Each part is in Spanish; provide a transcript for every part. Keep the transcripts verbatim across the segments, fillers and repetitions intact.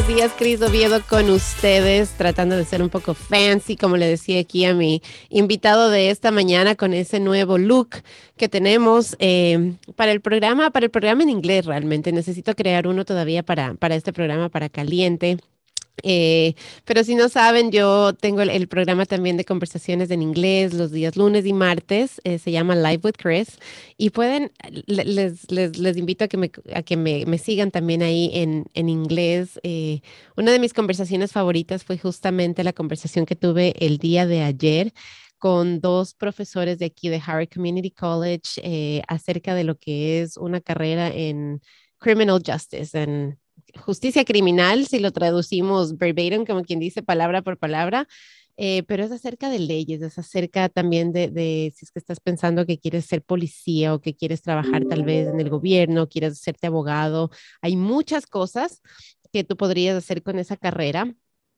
días, Cris Oviedo con ustedes, tratando de ser un poco fancy, como le decía aquí a mi invitado de esta mañana, con ese nuevo look que tenemos eh, para el programa, para el programa en inglés realmente. Necesito crear uno todavía para, para este programa, para Caliente. Eh, pero si no saben, yo tengo el, el programa también de conversaciones en inglés los días lunes y martes, eh, se llama Live with Chris, y pueden, le- les, les, les invito a que me, a que me, me sigan también ahí en, en inglés. Eh, una de mis conversaciones favoritas fue justamente la conversación que tuve el día de ayer con dos profesores de aquí de Harvard Community College eh, acerca de lo que es una carrera en Criminal Justice, en justicia criminal, si lo traducimos verbatim, como quien dice palabra por palabra, eh, pero es acerca de leyes, es acerca también de, de si es que estás pensando que quieres ser policía o que quieres trabajar tal vez en el gobierno, quieres hacerte abogado. Hay muchas cosas que tú podrías hacer con esa carrera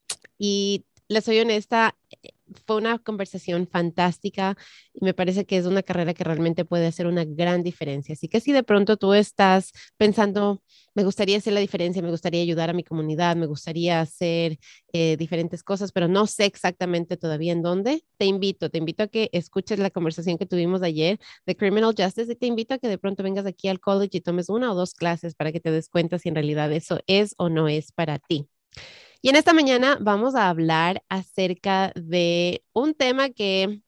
y les soy honesta, eh, fue una conversación fantástica y me parece que es una carrera que realmente puede hacer una gran diferencia. Así que si de pronto tú estás pensando, me gustaría hacer la diferencia, me gustaría ayudar a mi comunidad, me gustaría hacer eh, diferentes cosas, pero no sé exactamente todavía en dónde, te invito, te invito a que escuches la conversación que tuvimos ayer de Criminal Justice y te invito a que de pronto vengas aquí al college y tomes una o dos clases para que te des cuenta si en realidad eso es o no es para ti. Y en esta mañana vamos a hablar acerca de un tema que,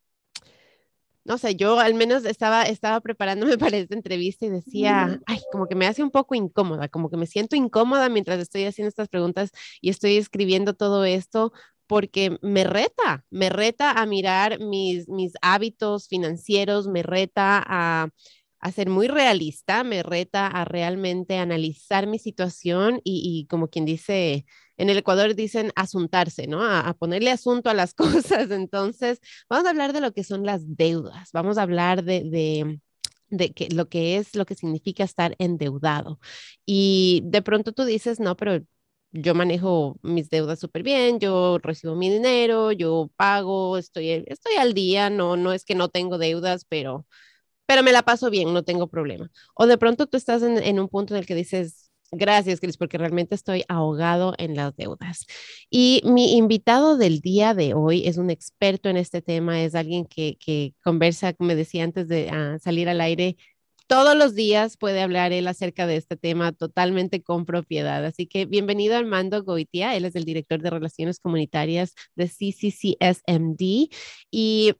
no sé, yo al menos estaba, estaba preparándome para esta entrevista y decía, ay, como que me hace un poco incómoda, como que me siento incómoda mientras estoy haciendo estas preguntas y estoy escribiendo todo esto porque me reta, me reta a mirar mis, mis hábitos financieros, me reta a, a ser muy realista, me reta a realmente analizar mi situación y, y como quien dice en el Ecuador dicen asuntarse, ¿no? A, a ponerle asunto a las cosas. Entonces, vamos a hablar de lo que son las deudas, vamos a hablar de, de, de que, lo que es, lo que significa estar endeudado. Y de pronto tú dices, no, pero yo manejo mis deudas súper bien, yo recibo mi dinero, yo pago, estoy, estoy al día, no, no es que no tengo deudas, pero pero me la paso bien, no tengo problema. O de pronto tú estás en, en un punto en el que dices, gracias, Cris, porque realmente estoy ahogado en las deudas. Y mi invitado del día de hoy es un experto en este tema, es alguien que, que conversa, como me decía antes de uh, salir al aire, todos los días puede hablar él acerca de este tema totalmente con propiedad. Así que bienvenido Armando Goitia, él es el director de Relaciones Comunitarias de C C C S M D. Y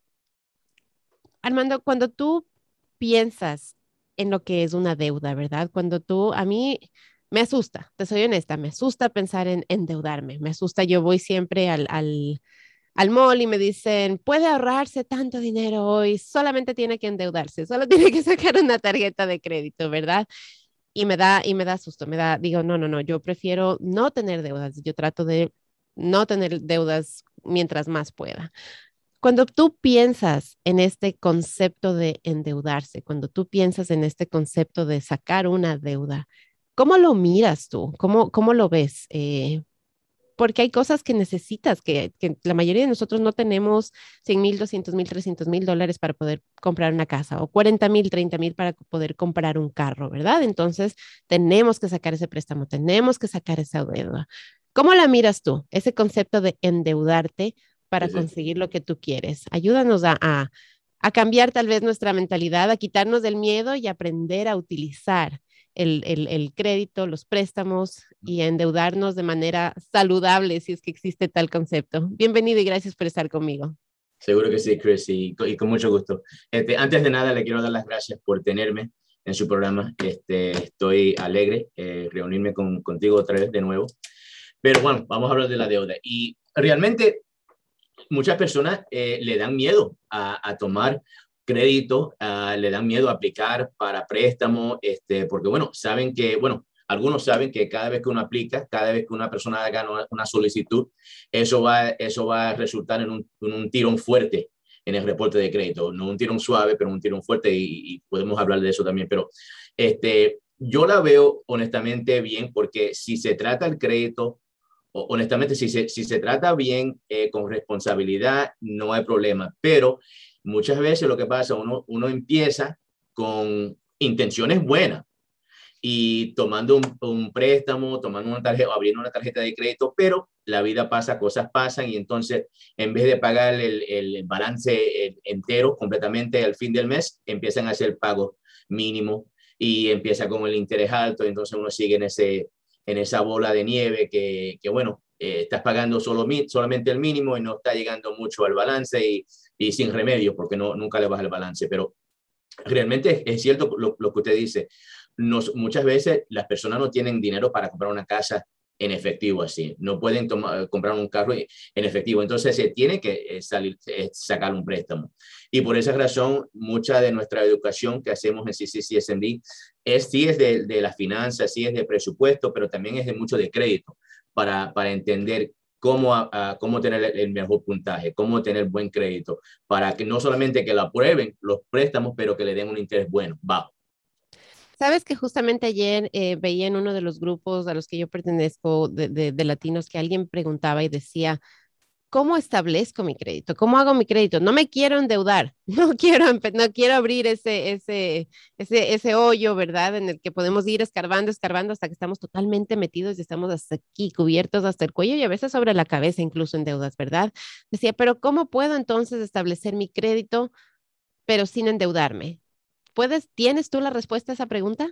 Armando, cuando tú piensas en lo que es una deuda, ¿verdad? Cuando tú, a mí me asusta, te soy honesta, me asusta pensar en endeudarme, me asusta, yo voy siempre al, al, al mall y me dicen, puede ahorrarse tanto dinero hoy, solamente tiene que endeudarse, solo tiene que sacar una tarjeta de crédito, ¿verdad? Y me da, y me da susto, me da, digo, no, no, no, yo prefiero no tener deudas, yo trato de no tener deudas mientras más pueda. Cuando tú piensas en este concepto de endeudarse, cuando tú piensas en este concepto de sacar una deuda, ¿cómo lo miras tú? ¿Cómo, cómo lo ves? Eh, porque hay cosas que necesitas, que, que la mayoría de nosotros no tenemos cien mil, doscientos mil, trescientos mil dólares para poder comprar una casa o cuarenta mil, treinta mil para poder comprar un carro, ¿verdad? Entonces tenemos que sacar ese préstamo, tenemos que sacar esa deuda. ¿Cómo la miras tú, ese concepto de endeudarte para Sí, sí. conseguir lo que tú quieres? Ayúdanos a, a, a cambiar tal vez nuestra mentalidad, a quitarnos del miedo y aprender a utilizar el, el, el crédito, los préstamos y a endeudarnos de manera saludable, si es que existe tal concepto. Bienvenido y gracias por estar conmigo. Seguro que sí, Chris, y, y con mucho gusto. Este, antes de nada, le quiero dar las gracias por tenerme en su programa. Este, estoy alegre eh, reunirme con, contigo otra vez de nuevo. Pero bueno, vamos a hablar de la deuda. Y realmente muchas personas eh, le dan miedo a, a tomar crédito, uh, le dan miedo a aplicar para préstamo, este, porque bueno, saben que, bueno, algunos saben que cada vez que uno aplica, cada vez que una persona haga una, una solicitud, eso va, eso va a resultar en un, en un tirón fuerte en el reporte de crédito, no un tirón suave, pero un tirón fuerte y, y podemos hablar de eso también, pero este, yo la veo honestamente bien porque si se trata el crédito, honestamente, si se, si se trata bien, eh, con responsabilidad, no hay problema. Pero muchas veces lo que pasa, uno, uno empieza con intenciones buenas y tomando un, un préstamo, tomando una tarjeta o abriendo una tarjeta de crédito, pero la vida pasa, cosas pasan y entonces en vez de pagar el, el balance entero completamente al fin del mes, empiezan a hacer pagos mínimos y empieza con el interés alto, entonces uno sigue en, ese, en esa bola de nieve que, que bueno, eh, estás pagando solo, solamente el mínimo y no está llegando mucho al balance y, y sin remedio porque no, nunca le baja el balance, pero realmente es cierto lo, lo que usted dice. Nos, muchas veces las personas no tienen dinero para comprar una casa en efectivo así, no pueden tomar, comprar un carro en efectivo, entonces se tiene que salir, sacar un préstamo. Y por esa razón, mucha de nuestra educación que hacemos en C C C S M D es, sí es de, de las finanzas, sí es de presupuesto, pero también es de mucho de crédito, para, para entender cómo, a, cómo tener el mejor puntaje, cómo tener buen crédito, para que no solamente que lo aprueben los préstamos, pero que le den un interés bueno, bajo. Sabes que justamente ayer eh, veía en uno de los grupos a los que yo pertenezco de, de, de latinos que alguien preguntaba y decía, ¿cómo establezco mi crédito? ¿Cómo hago mi crédito? No me quiero endeudar, no quiero, no quiero abrir ese, ese, ese, ese hoyo, ¿verdad? En el que podemos ir escarbando, escarbando hasta que estamos totalmente metidos y estamos hasta aquí, cubiertos hasta el cuello y a veces sobre la cabeza, incluso en deudas, ¿verdad? Decía, pero ¿cómo puedo entonces establecer mi crédito, pero sin endeudarme? ¿Puedes, tienes tú la respuesta a esa pregunta?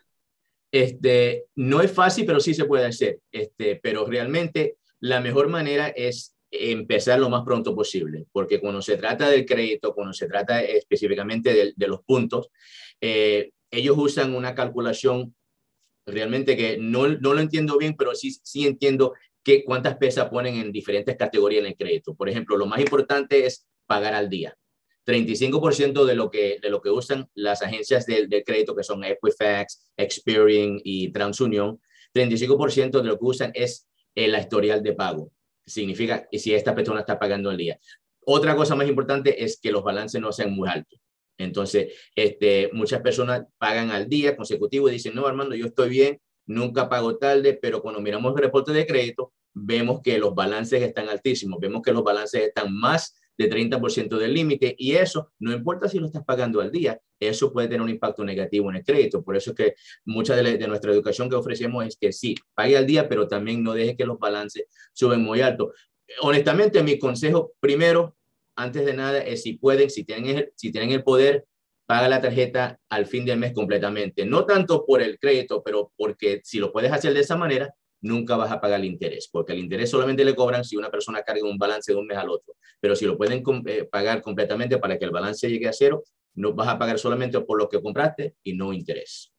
Este, no es fácil, pero sí se puede hacer. Este, pero realmente la mejor manera es empezar lo más pronto posible, porque cuando se trata del crédito, cuando se trata específicamente de, de los puntos, eh, ellos usan una calculación realmente que no, no lo entiendo bien, pero sí, sí entiendo que cuántas pesas ponen en diferentes categorías en el crédito. Por ejemplo, lo más importante es pagar al día. treinta y cinco por ciento de lo que, de lo que usan las agencias de, de crédito, que son Equifax, Experian y TransUnion, treinta y cinco por ciento de lo que usan es el historial de pago. Significa que si esta persona está pagando al día. Otra cosa más importante es que los balances no sean muy altos. Entonces, este, muchas personas pagan al día consecutivo y dicen, no, Armando, yo estoy bien, nunca pago tarde, pero cuando miramos el reporte de crédito, vemos que los balances están altísimos, vemos que los balances están más de treinta por ciento del límite y eso, no importa si lo estás pagando al día, eso puede tener un impacto negativo en el crédito. Por eso es que mucha de, la, de nuestra educación que ofrecemos es que sí, pague al día, pero también no deje que los balances suben muy alto. Honestamente, mi consejo primero, antes de nada, es si pueden, si tienen, el, si tienen el poder, paga la tarjeta al fin del mes completamente. No tanto por el crédito, pero porque si lo puedes hacer de esa manera, nunca vas a pagar el interés, porque el interés solamente le cobran si una persona carga un balance de un mes al otro. Pero si lo pueden eh, pagar completamente para que el balance llegue a cero, no vas a pagar solamente por lo que compraste y no interés.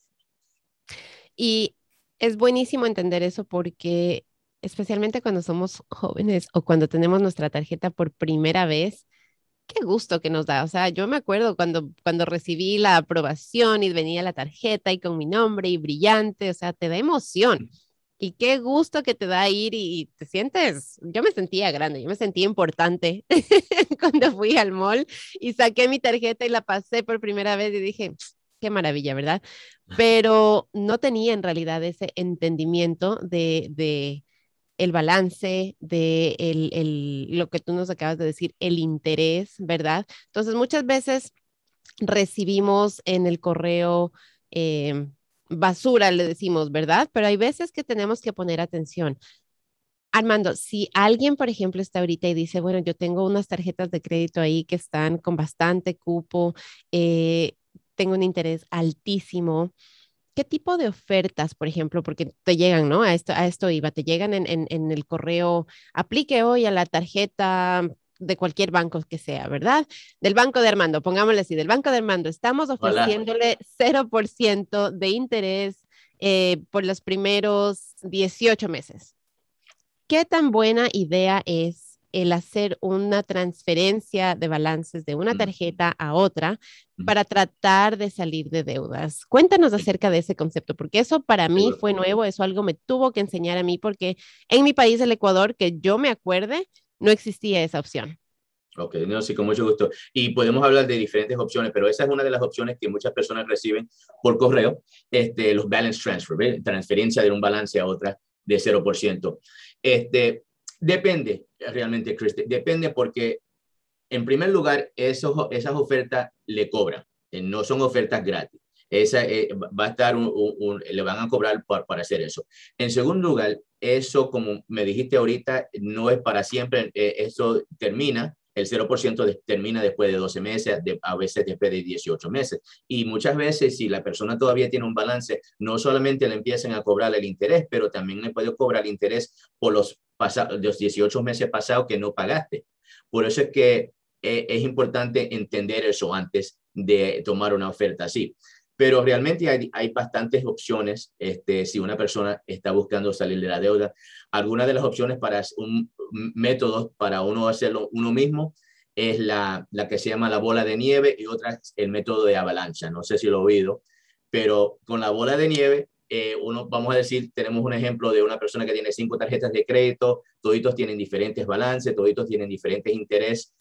Y es buenísimo entender eso porque especialmente cuando somos jóvenes o cuando tenemos nuestra tarjeta por primera vez, qué gusto que nos da. O sea, yo me acuerdo cuando, cuando recibí la aprobación y venía la tarjeta y con mi nombre y brillante, o sea, te da emoción. Y qué gusto que te da ir y te sientes, yo me sentía grande, yo me sentía importante cuando fui al mall y saqué mi tarjeta y la pasé por primera vez y dije, qué maravilla, ¿verdad? Pero no tenía en realidad ese entendimiento de, de el balance, de el, el, lo que tú nos acabas de decir, el interés, ¿verdad? Entonces, muchas veces recibimos en el correo eh, basura, le decimos, ¿verdad? Pero hay veces que tenemos que poner atención. Armando, si alguien, por ejemplo, está ahorita y dice, bueno, yo tengo unas tarjetas de crédito ahí que están con bastante cupo, eh, tengo un interés altísimo. ¿Qué tipo de ofertas, por ejemplo, porque te llegan, ¿no? A esto, a esto iba, te llegan en, en, en el correo, aplique hoy a la tarjeta de cualquier banco que sea, ¿verdad? Del banco de Armando, pongámosle así, del banco de Armando, estamos ofreciéndole cero por ciento de interés eh, por los primeros dieciocho meses. ¿Qué tan buena idea es el hacer una transferencia de balances de una tarjeta a otra para tratar de salir de deudas? Cuéntanos acerca de ese concepto, porque eso para mí fue nuevo, eso algo me tuvo que enseñar a mí, porque en mi país, el Ecuador, que yo me acuerde, no existía esa opción. Ok, no, sí, con mucho gusto. Y podemos hablar de diferentes opciones, pero esa es una de las opciones que muchas personas reciben por correo, este, los balance transfer, ¿ve? Transferencia de un balance a otra de cero por ciento. Este, depende, realmente, Chris, depende porque, en primer lugar, esos, esas ofertas le cobran, no son ofertas gratis. Esa, eh, va a estar un, un, un, le van a cobrar para, para hacer eso. En segundo lugar, eso, como me dijiste ahorita, no es para siempre. Eh, eso termina, el cero por ciento de, termina después de doce meses, de, a veces después de dieciocho meses. Y muchas veces, si la persona todavía tiene un balance, no solamente le empiezan a cobrar el interés, pero también le puede cobrar el interés por los, los dieciocho meses pasados que no pagaste. Por eso es que eh, es importante entender eso antes de tomar una oferta así. Pero realmente hay, hay bastantes opciones este, si una persona está buscando salir de la deuda. Algunas de las opciones para un método para uno hacerlo uno mismo es la, la que se llama la bola de nieve y otra es el método de avalancha. No sé si lo he oído, pero con la bola de nieve, eh, uno, vamos a decir, tenemos un ejemplo de una persona que tiene cinco tarjetas de crédito, toditos tienen diferentes balances, toditos tienen diferentes intereses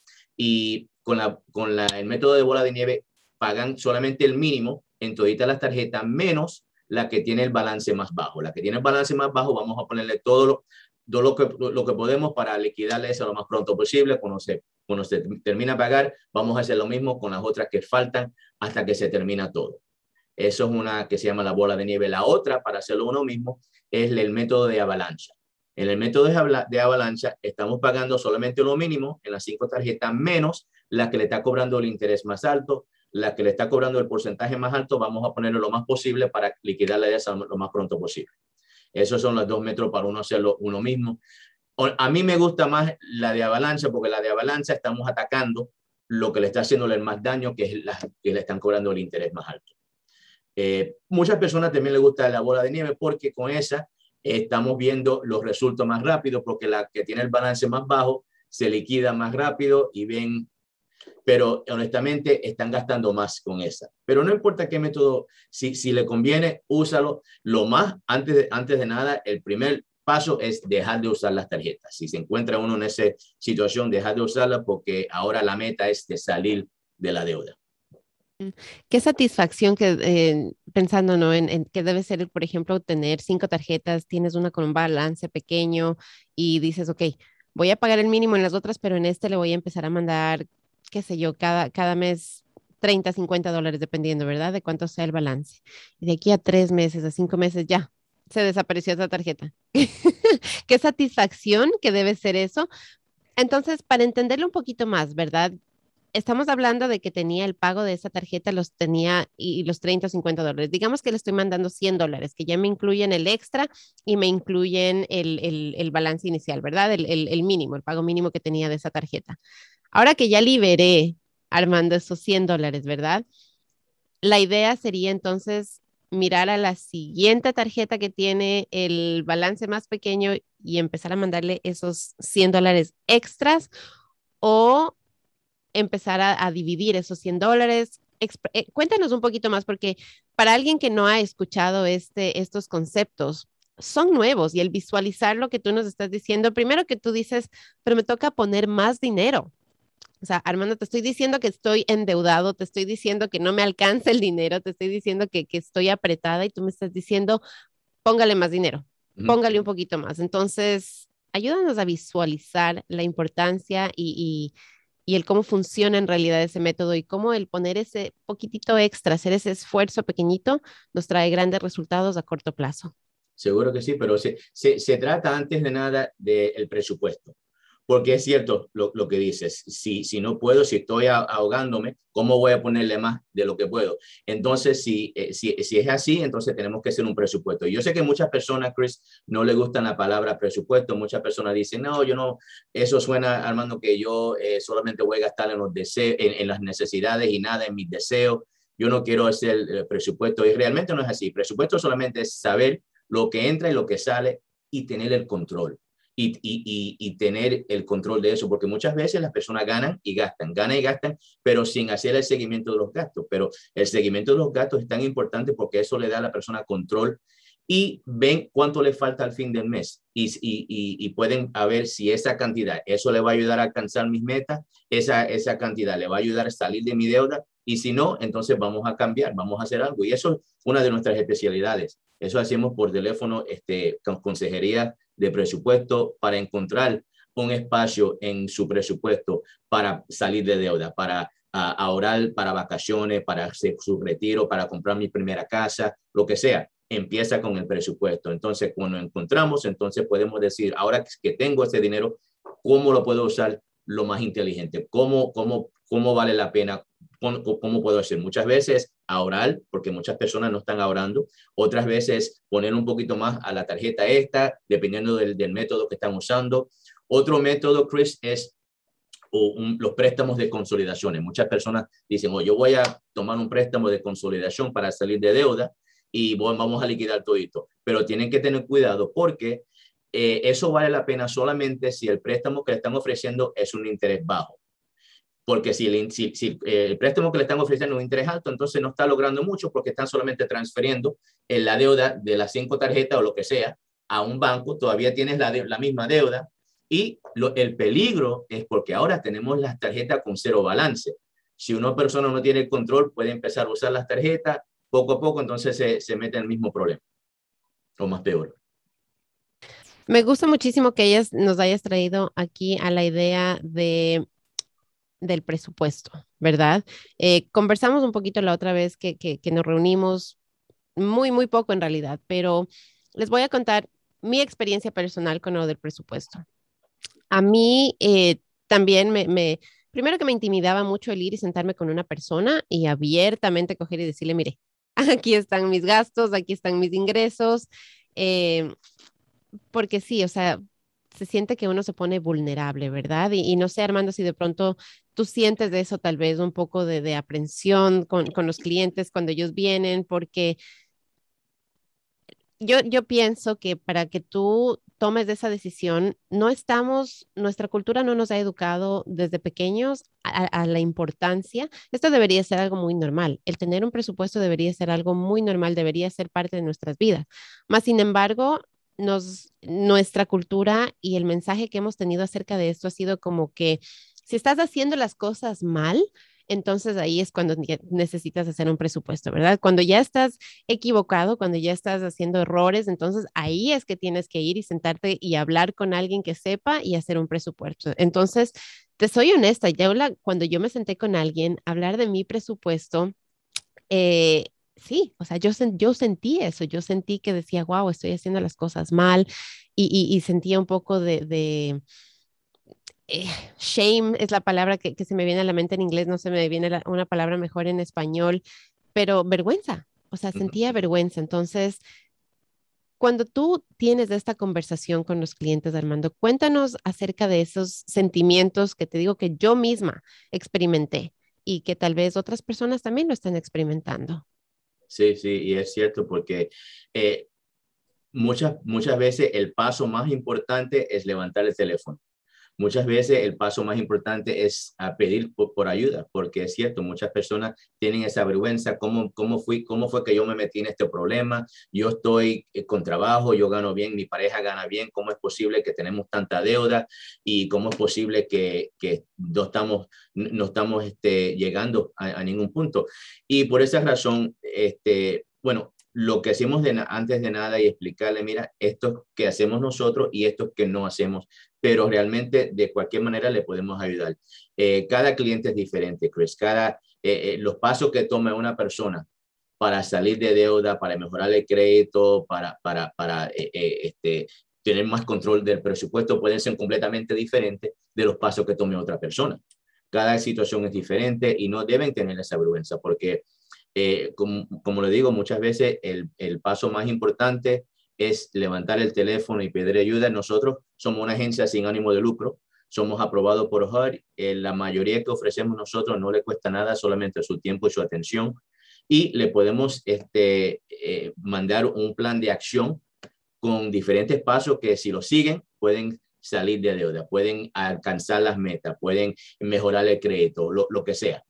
y con, la, con la, el método de bola de nieve pagan solamente el mínimo en toditas las tarjetas, menos la que tiene el balance más bajo. La que tiene el balance más bajo, vamos a ponerle todo lo, todo lo, que, lo que podemos para liquidarle eso lo más pronto posible. Cuando se, cuando se termina a pagar, vamos a hacer lo mismo con las otras que faltan hasta que se termina todo. Eso es una que se llama la bola de nieve. La otra, para hacerlo uno mismo, es el método de avalancha. En el método de avalancha estamos pagando solamente lo mínimo en las cinco tarjetas, menos la que le está cobrando el interés más alto, la que le está cobrando el porcentaje más alto, vamos a ponerlo lo más posible para liquidarla de esa lo más pronto posible. Esos son los dos métodos para uno hacerlo uno mismo. A mí me gusta más la de avalancha, porque la de avalancha estamos atacando lo que le está haciendo el más daño, que es la que le están cobrando el interés más alto. Eh, muchas personas también les gusta la bola de nieve porque con esa eh, estamos viendo los resultados más rápido, porque la que tiene el balance más bajo se liquida más rápido y ven, pero honestamente están gastando más con esa. Pero no importa qué método, si, si le conviene, úsalo. Lo más, antes de, antes de nada, el primer paso es dejar de usar las tarjetas. Si se encuentra uno en esa situación, dejar de usarlas porque ahora la meta es de salir de la deuda. Qué satisfacción que eh, pensando, ¿no? En, en que debe ser, por ejemplo, tener cinco tarjetas, tienes una con un balance pequeño y dices, ok, voy a pagar el mínimo en las otras, pero en este le voy a empezar a mandar, qué sé yo, cada, cada mes treinta, cincuenta dólares, dependiendo, ¿verdad? De cuánto sea el balance. Y de aquí a tres meses, a cinco meses, ya, se desapareció esa tarjeta. Qué satisfacción que debe ser eso. Entonces, para entenderlo un poquito más, ¿verdad? Estamos hablando de que tenía el pago de esa tarjeta, los tenía y los treinta o cincuenta dólares. Digamos que le estoy mandando cien dólares, que ya me incluyen el extra y me incluyen el, el, el balance inicial, ¿verdad? El, el, el mínimo, el pago mínimo que tenía de esa tarjeta. Ahora que ya liberé, Armando, esos cien dólares, ¿verdad? La idea sería entonces mirar a la siguiente tarjeta que tiene el balance más pequeño y empezar a mandarle esos cien dólares extras o empezar a, a dividir esos cien dólares. Exp eh, cuéntanos un poquito más, porque para alguien que no ha escuchado este, estos conceptos, son nuevos y el visualizar lo que tú nos estás diciendo, primero que tú dices, pero me toca poner más dinero. O sea, Armando, te estoy diciendo que estoy endeudado, te estoy diciendo que no me alcanza el dinero, te estoy diciendo que, que estoy apretada y tú me estás diciendo, póngale más dinero, póngale un poquito más. Entonces, ayúdanos a visualizar la importancia y, y y el cómo funciona en realidad ese método y cómo el poner ese poquitito extra, hacer ese esfuerzo pequeñito, nos trae grandes resultados a corto plazo. Seguro que sí, pero se, se, se trata antes de nada del presupuesto. Porque es cierto lo, lo que dices, si, si no puedo, si estoy ahogándome, ¿cómo voy a ponerle más de lo que puedo? Entonces, si, eh, si, si es así, entonces tenemos que hacer un presupuesto. Yo sé que muchas personas, Chris, no le gustan la palabra presupuesto. Muchas personas dicen, no, yo no, eso suena, Armando, que yo eh, solamente voy a gastar en, los deseos, en, en las necesidades y nada en mis deseos. Yo no quiero hacer el presupuesto. Y realmente no es así. Presupuesto solamente es saber lo que entra y lo que sale y tener el control. Y, y, y tener el control de eso, porque muchas veces las personas ganan y gastan, ganan y gastan, pero sin hacer el seguimiento de los gastos. Pero el seguimiento de los gastos es tan importante porque eso le da a la persona control y ven cuánto le falta al fin del mes y, y, y, y pueden ver si esa cantidad, eso le va a ayudar a alcanzar mis metas, esa, esa cantidad le va a ayudar a salir de mi deuda y si no, entonces vamos a cambiar, vamos a hacer algo. Y eso es una de nuestras especialidades. Eso hacemos por teléfono, este, con consejería de presupuesto para encontrar un espacio en su presupuesto para salir de deuda, para a ahorrar para vacaciones, para hacer su retiro, para comprar mi primera casa, lo que sea. Empieza con el presupuesto. Entonces, cuando encontramos, entonces podemos decir, ahora que tengo ese dinero, ¿cómo lo puedo usar lo más inteligente? ¿Cómo, cómo, cómo vale la pena? ¿Cómo, cómo puedo hacer? Muchas veces ahorrar, porque muchas personas no están ahorrando. Otras veces poner un poquito más a la tarjeta esta, dependiendo del, del método que están usando. Otro método, Chris, es o un, los préstamos de consolidaciones. Muchas personas dicen, oh, yo voy a tomar un préstamo de consolidación para salir de deuda y bueno, vamos a liquidar todito. Pero tienen que tener cuidado porque eh, eso vale la pena solamente si el préstamo que le están ofreciendo es un interés bajo. Porque si el, si, si el préstamo que le están ofreciendo es un interés alto, entonces no está logrando mucho porque están solamente transfiriendo en la deuda de las cinco tarjetas o lo que sea a un banco. Todavía tienes la, de, la misma deuda. Y lo, el peligro es porque ahora tenemos las tarjetas con cero balance. Si una persona no tiene el control, puede empezar a usar las tarjetas, poco a poco, entonces se, se mete en el mismo problema, o más peor. Me gusta muchísimo que ellas nos hayas traído aquí a la idea de, del presupuesto, ¿verdad? Eh, conversamos un poquito la otra vez que, que, que nos reunimos, muy, muy poco en realidad, pero les voy a contar mi experiencia personal con lo del presupuesto. A mí eh, también me, me, primero que me intimidaba mucho el ir y sentarme con una persona y abiertamente coger y decirle, mire, aquí están mis gastos, aquí están mis ingresos, eh, porque sí, o sea, se siente que uno se pone vulnerable, ¿verdad? Y, y no sé, Armando, si de pronto tú sientes de eso tal vez un poco de, de aprensión con, con los clientes cuando ellos vienen, porque yo, yo pienso que para que tú tomes esa decisión, no estamos, nuestra cultura no nos ha educado desde pequeños a, a la importancia. Esto debería ser algo muy normal. El tener un presupuesto debería ser algo muy normal, debería ser parte de nuestras vidas. Más sin embargo, nos, nuestra cultura y el mensaje que hemos tenido acerca de esto ha sido como que si estás haciendo las cosas mal, entonces ahí es cuando necesitas hacer un presupuesto, ¿verdad? Cuando ya estás equivocado, cuando ya estás haciendo errores, entonces ahí es que tienes que ir y sentarte y hablar con alguien que sepa y hacer un presupuesto. Entonces, te soy honesta, ya la, cuando yo me senté con alguien a hablar de mi presupuesto, eh, sí, o sea, yo, sen yo sentí eso, yo sentí que decía, wow, estoy haciendo las cosas mal y, y, y sentía un poco de... de eh, shame es la palabra que, que, se me viene a la mente en inglés, no se me viene la, una palabra mejor en español, pero vergüenza, o sea, sentía vergüenza. Entonces, cuando tú tienes esta conversación con los clientes, Armando, cuéntanos acerca de esos sentimientos que te digo que yo misma experimenté y que tal vez otras personas también lo están experimentando. Sí, sí, y es cierto porque eh, muchas, muchas veces el paso más importante es levantar el teléfono. Muchas veces el paso más importante es a pedir por, por ayuda, porque es cierto, muchas personas tienen esa vergüenza, ¿cómo, cómo, fui, cómo fue que yo me metí en este problema? Yo estoy con trabajo, yo gano bien, mi pareja gana bien, ¿cómo es posible que tenemos tanta deuda? ¿Y cómo es posible que, que no estamos, no estamos este, llegando a, a ningún punto? Y por esa razón, este, bueno, lo que hacemos de, antes de nada y explicarle, mira, esto que hacemos nosotros y esto que no hacemos, pero realmente de cualquier manera le podemos ayudar. Eh, cada cliente es diferente, Chris. Cada, eh, eh, los pasos que tome una persona para salir de deuda, para mejorar el crédito, para, para, para eh, eh, este, tener más control del presupuesto pueden ser completamente diferentes de los pasos que tome otra persona. Cada situación es diferente y no deben tener esa vergüenza porque Eh, como, como le digo, muchas veces el, el paso más importante es levantar el teléfono y pedir ayuda. Nosotros somos una agencia sin ánimo de lucro, somos aprobados por H U D. Eh, la mayoría que ofrecemos nosotros no le cuesta nada, solamente su tiempo y su atención. Y le podemos este, eh, mandar un plan de acción con diferentes pasos que si lo siguen pueden salir de deuda, pueden alcanzar las metas, pueden mejorar el crédito, lo, lo que sea.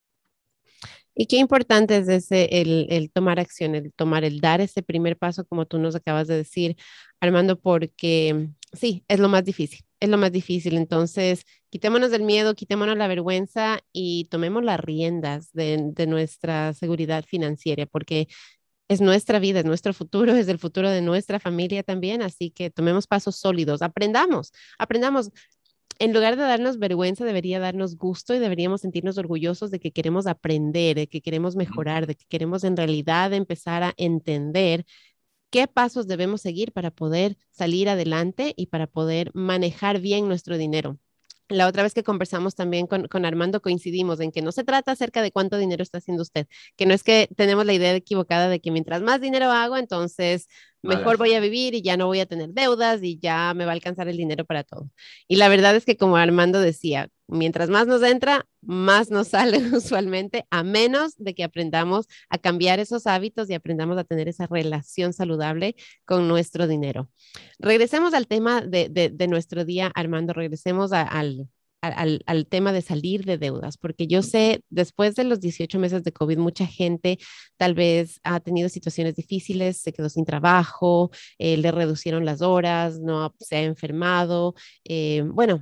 Y qué importante es ese, el, el tomar acción, el tomar, el dar ese primer paso, como tú nos acabas de decir, Armando, porque sí, es lo más difícil, es lo más difícil. Entonces, quitémonos del miedo, quitémonos la vergüenza y tomemos las riendas de, de nuestra seguridad financiera, porque es nuestra vida, es nuestro futuro, es el futuro de nuestra familia también. Así que tomemos pasos sólidos, aprendamos, aprendamos. en lugar de darnos vergüenza, debería darnos gusto y deberíamos sentirnos orgullosos de que queremos aprender, de que queremos Ujú. mejorar, de que queremos en realidad empezar a entender qué pasos debemos seguir para poder salir adelante y para poder manejar bien nuestro dinero. La otra vez que conversamos también con, con Armando coincidimos en que no se trata acerca de cuánto dinero está haciendo usted, que no es que tenemos la idea equivocada de que mientras más dinero hago, entonces mejor Maga. voy a vivir y ya no voy a tener deudas y ya me va a alcanzar el dinero para todo. Y la verdad es que como Armando decía, mientras más nos entra, más nos sale usualmente, a menos de que aprendamos a cambiar esos hábitos y aprendamos a tener esa relación saludable con nuestro dinero. Regresemos al tema de, de, de nuestro día, Armando, regresemos a, al, al, al, tema de salir de deudas, porque yo sé, después de los dieciocho meses de COVID, mucha gente tal vez ha tenido situaciones difíciles, se quedó sin trabajo, eh, le reducieron las horas, no se ha enfermado. Eh, bueno,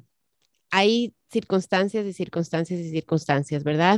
hay circunstancias y circunstancias y circunstancias, ¿verdad?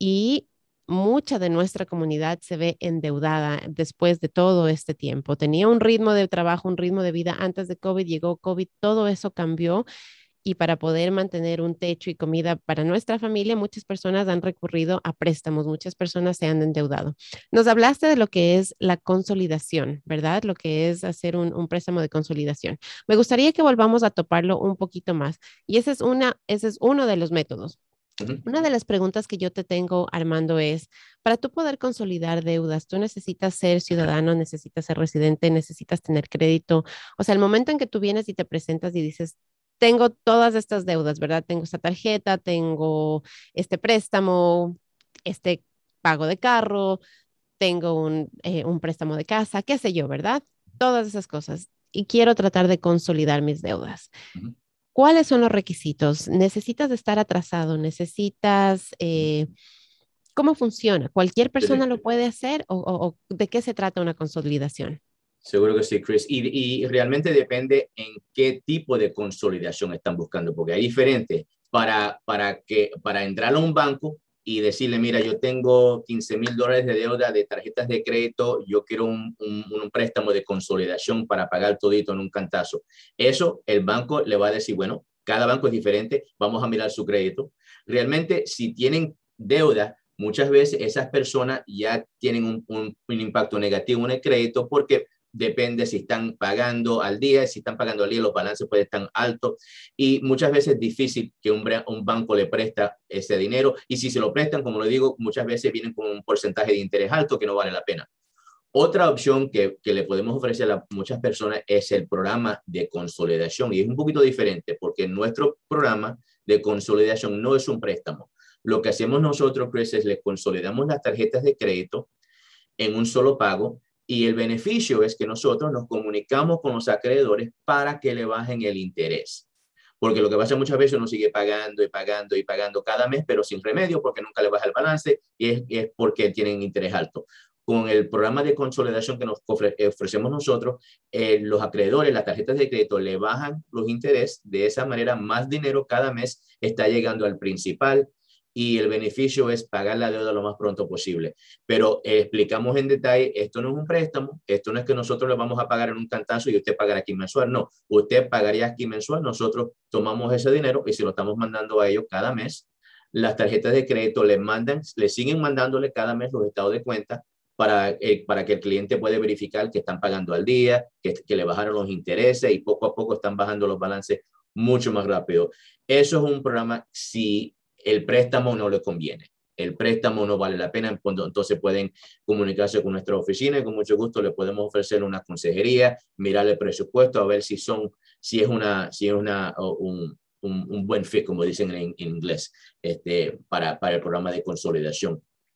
Y mucha de nuestra comunidad se ve endeudada después de todo este tiempo. Tenía un ritmo de trabajo, un ritmo de vida antes de COVID, llegó COVID, todo eso cambió y para poder mantener un techo y comida para nuestra familia, muchas personas han recurrido a préstamos, muchas personas se han endeudado. Nos hablaste de lo que es la consolidación, ¿verdad? Lo que es hacer un, un préstamo de consolidación. Me gustaría que volvamos a toparlo un poquito más y ese es, una, ese es uno de los métodos. Ujú. Una de las preguntas que yo te tengo, Armando, es, para tú poder consolidar deudas, tú necesitas ser ciudadano, necesitas ser residente, necesitas tener crédito. O sea, el momento en que tú vienes y te presentas y dices, tengo todas estas deudas, ¿verdad? Tengo esta tarjeta, tengo este préstamo, este pago de carro, tengo un, eh, un préstamo de casa, qué sé yo, ¿verdad? Todas esas cosas. Y quiero tratar de consolidar mis deudas. Ujú. ¿Cuáles son los requisitos? ¿Necesitas estar atrasado? ¿Necesitas... Eh, ¿cómo funciona? ¿Cualquier Sí, persona sí. lo puede hacer o, o, o de qué se trata una consolidación? Seguro que sí, Chris. Y, y realmente depende en qué tipo de consolidación están buscando, porque hay diferentes. Para, para, que, para entrar a un banco y decirle, mira, yo tengo quince mil dólares de deuda de tarjetas de crédito, yo quiero un, un, un préstamo de consolidación para pagar todito en un cantazo. Eso el banco le va a decir, bueno, cada banco es diferente, vamos a mirar su crédito. Realmente, si tienen deuda, muchas veces esas personas ya tienen un, un, un impacto negativo en el crédito porque depende si están pagando al día, si están pagando al día los balances pueden estar altos y muchas veces es difícil que un, un banco le presta ese dinero y si se lo prestan, como lo digo, muchas veces vienen con un porcentaje de interés alto que no vale la pena. Otra opción que, que le podemos ofrecer a muchas personas es el programa de consolidación y es un poquito diferente porque nuestro programa de consolidación no es un préstamo. Lo que hacemos nosotros, Chris, es le consolidamos las tarjetas de crédito en un solo pago y el beneficio es que nosotros nos comunicamos con los acreedores para que le bajen el interés. Porque lo que pasa muchas veces uno sigue pagando y pagando y pagando cada mes, pero sin remedio porque nunca le baja el balance y es, y es porque tienen interés alto. Con el programa de consolidación que nos ofre, ofrecemos nosotros, eh, los acreedores, las tarjetas de crédito le bajan los intereses, de esa manera más dinero cada mes está llegando al principal y el beneficio es pagar la deuda lo más pronto posible. Pero eh, explicamos en detalle, esto no es un préstamo, esto no es que nosotros le vamos a pagar en un cantazo y usted pagará aquí mensual, no, usted pagaría aquí mensual, nosotros tomamos ese dinero y se lo estamos mandando a ellos cada mes. Las tarjetas de crédito le mandan, le siguen mandándole cada mes los estados de cuenta para, eh, para que el cliente pueda verificar que están pagando al día, que, que le bajaron los intereses y poco a poco están bajando los balances mucho más rápido. Eso es un programa si el préstamo no le conviene. El préstamo no vale la pena, entonces pueden comunicarse con nuestra oficina y con mucho gusto le podemos ofrecer una consejería, mirar el presupuesto, a ver si son, si es una, si es una, un, un, un buen fit, como dicen en, en inglés, este, para, para el programa de consolidación.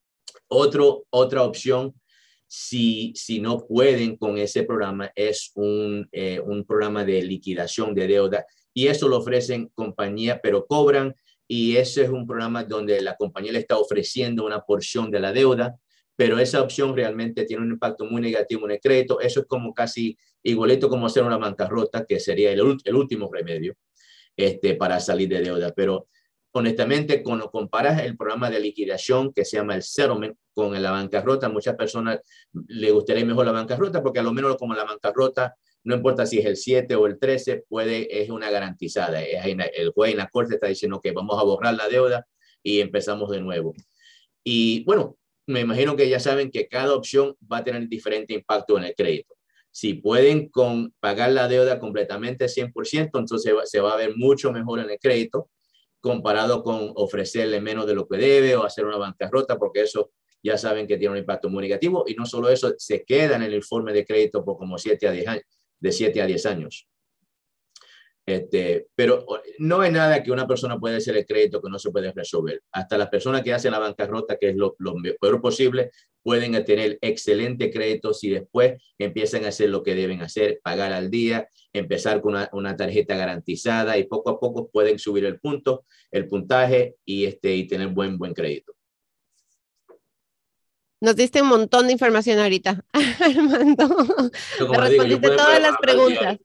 Otro, otra opción, si, si no pueden con ese programa, es un, eh, un programa de liquidación de deuda y eso lo ofrecen compañías, pero cobran y ese es un programa donde la compañía le está ofreciendo una porción de la deuda, pero esa opción realmente tiene un impacto muy negativo en el crédito. Eso es como casi igualito como hacer una bancarrota, que sería el, el último remedio este, para salir de deuda. Pero honestamente, cuando comparas el programa de liquidación que se llama el settlement con la bancarrota, muchas personas le gustaría mejor la bancarrota porque a lo menos como la bancarrota no importa si es el siete o el trece, puede, es una garantizada. El juez en la corte está diciendo que vamos a borrar la deuda y empezamos de nuevo. Y bueno, me imagino que ya saben que cada opción va a tener diferente impacto en el crédito. Si pueden con pagar la deuda completamente cien por ciento, entonces se va a ver mucho mejor en el crédito comparado con ofrecerle menos de lo que debe o hacer una bancarrota, porque eso ya saben que tiene un impacto muy negativo. Y no solo eso, se queda en el informe de crédito por como siete a diez años, de siete a diez años. Este, pero no hay nada que una persona pueda hacer el crédito que no se puede resolver. Hasta las personas que hacen la bancarrota, que es lo, lo peor posible, pueden tener excelente crédito si después empiezan a hacer lo que deben hacer, pagar al día, empezar con una, una tarjeta garantizada y poco a poco pueden subir el punto, el puntaje y, este, y tener buen, buen crédito. Nos diste un montón de información ahorita, Armando. Me respondiste todas las preguntas.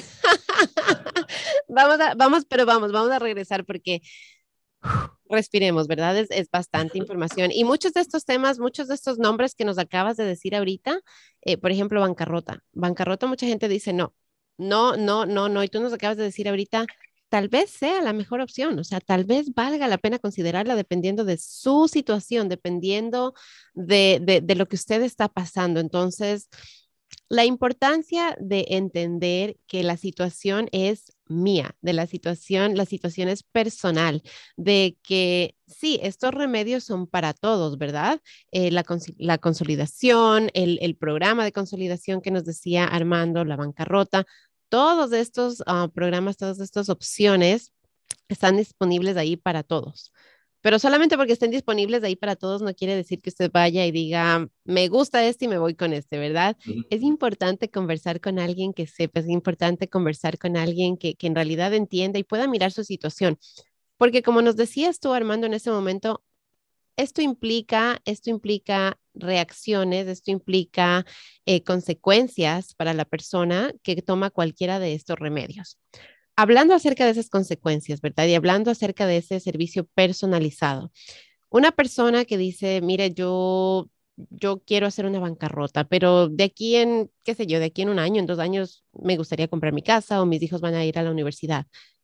Vamos a, vamos, pero vamos, vamos a regresar porque uf, respiremos, ¿verdad? Es, es bastante información. Y muchos de estos temas, muchos de estos nombres que nos acabas de decir ahorita, eh, por ejemplo, bancarrota. Bancarrota, mucha gente dice no, no, no, no, no. Y tú nos acabas de decir ahorita, tal vez sea la mejor opción, o sea, tal vez valga la pena considerarla dependiendo de su situación, dependiendo de, de, de lo que usted está pasando. Entonces, la importancia de entender que la situación es mía, de la situación, la situación es personal, de que sí, estos remedios son para todos, ¿verdad? Eh, la, cons la consolidación, el, el programa de consolidación que nos decía Armando, la bancarrota, todos estos uh, programas, todas estas opciones están disponibles ahí para todos. Pero solamente porque estén disponibles ahí para todos no quiere decir que usted vaya y diga, me gusta este y me voy con este, ¿verdad? Uh-huh. Es importante conversar con alguien que sepa, es importante conversar con alguien que, que en realidad entienda y pueda mirar su situación. Porque como nos decías tú, Armando, en ese momento, esto implica, esto implica reacciones, esto implica eh, consecuencias para la persona que toma cualquiera de estos remedios. Hablando acerca de esas consecuencias, ¿verdad? Y hablando acerca de ese servicio personalizado. Una persona que dice, mire, yo, yo quiero hacer una bancarrota, pero de aquí en, qué sé yo, de aquí en un año, en dos años, me gustaría comprar mi casa o mis hijos van a ir a la universidad.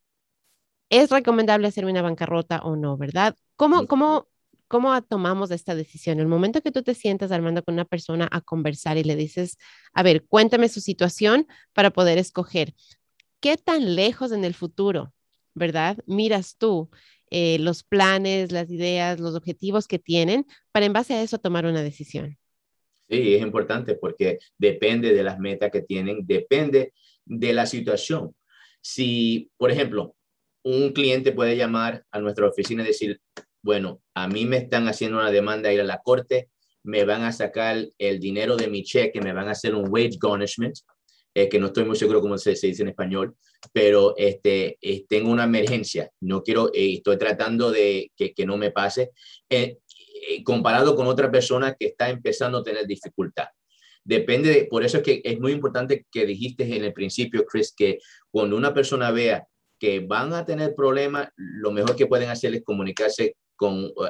¿Es recomendable hacer una bancarrota o no, verdad? ¿Cómo, cómo, cómo tomamos esta decisión? El momento que tú te sientas, Armando, con una persona a conversar y le dices, a ver, cuéntame su situación para poder escoger. ¿Qué tan lejos en el futuro, verdad? Miras tú eh, los planes, las ideas, los objetivos que tienen para en base a eso tomar una decisión. Sí, es importante porque depende de las metas que tienen, depende de la situación. Si, por ejemplo, un cliente puede llamar a nuestra oficina y decir, bueno, a mí me están haciendo una demanda a ir a la corte, me van a sacar el dinero de mi cheque, me van a hacer un wage garnishment, eh, que no estoy muy seguro cómo se, se dice en español, pero este, eh, tengo una emergencia, no quiero, eh, estoy tratando de que, que no me pase, eh, eh, comparado con otra persona que está empezando a tener dificultad. Depende, de, por eso es que es muy importante que dijiste en el principio, Chris, que cuando una persona vea que van a tener problemas, lo mejor que pueden hacer es comunicarse con, o,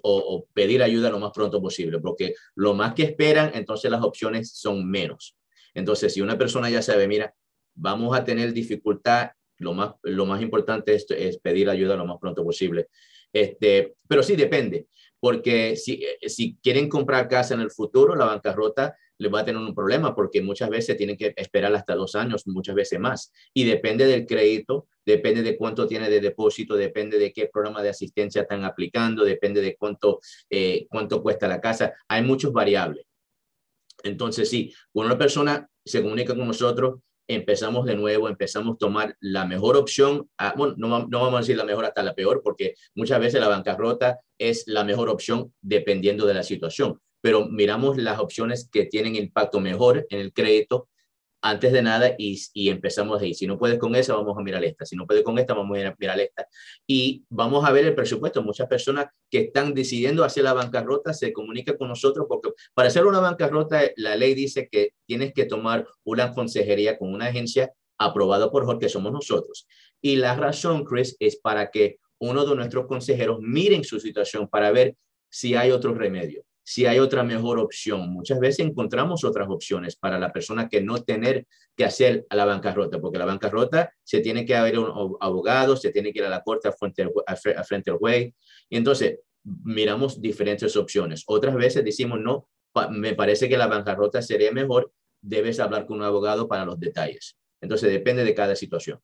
o pedir ayuda lo más pronto posible, porque lo más que esperan, entonces las opciones son menos. Entonces, si una persona ya sabe, mira, vamos a tener dificultad, lo más, lo más importante es, es pedir ayuda lo más pronto posible. Este, pero sí depende, porque si, si quieren comprar casa en el futuro, la bancarrota les va a tener un problema, porque muchas veces tienen que esperar hasta dos años, muchas veces más. Y depende del crédito, depende de cuánto tiene de depósito, depende de qué programa de asistencia están aplicando, depende de cuánto, eh, cuánto cuesta la casa. Hay muchas variables. Entonces, sí, cuando una persona se comunica con nosotros, empezamos de nuevo, empezamos a tomar la mejor opción. A, bueno, no, no vamos a decir la mejor hasta la peor, porque muchas veces la bancarrota es la mejor opción dependiendo de la situación. Pero miramos las opciones que tienen impacto mejor en el crédito antes de nada y, y empezamos ahí. Si no puedes con esa, vamos a mirar esta. Si no puedes con esta, vamos a mirar esta. Y vamos a ver el presupuesto. Muchas personas que están decidiendo hacer la bancarrota se comunican con nosotros porque para hacer una bancarrota, la ley dice que tienes que tomar una consejería con una agencia aprobada por Jorge, que somos nosotros. Y la razón, Chris, es para que uno de nuestros consejeros miren su situación para ver si hay otro remedio. si hay otra mejor opción. Muchas veces encontramos otras opciones para la persona que no tener que hacer a la bancarrota, porque la bancarrota se tiene que haber un abogado, se tiene que ir a la corte a frente, a frente al juez. Y entonces miramos diferentes opciones. Otras veces decimos, no, me parece que la bancarrota sería mejor, debes hablar con un abogado para los detalles. Entonces depende de cada situación.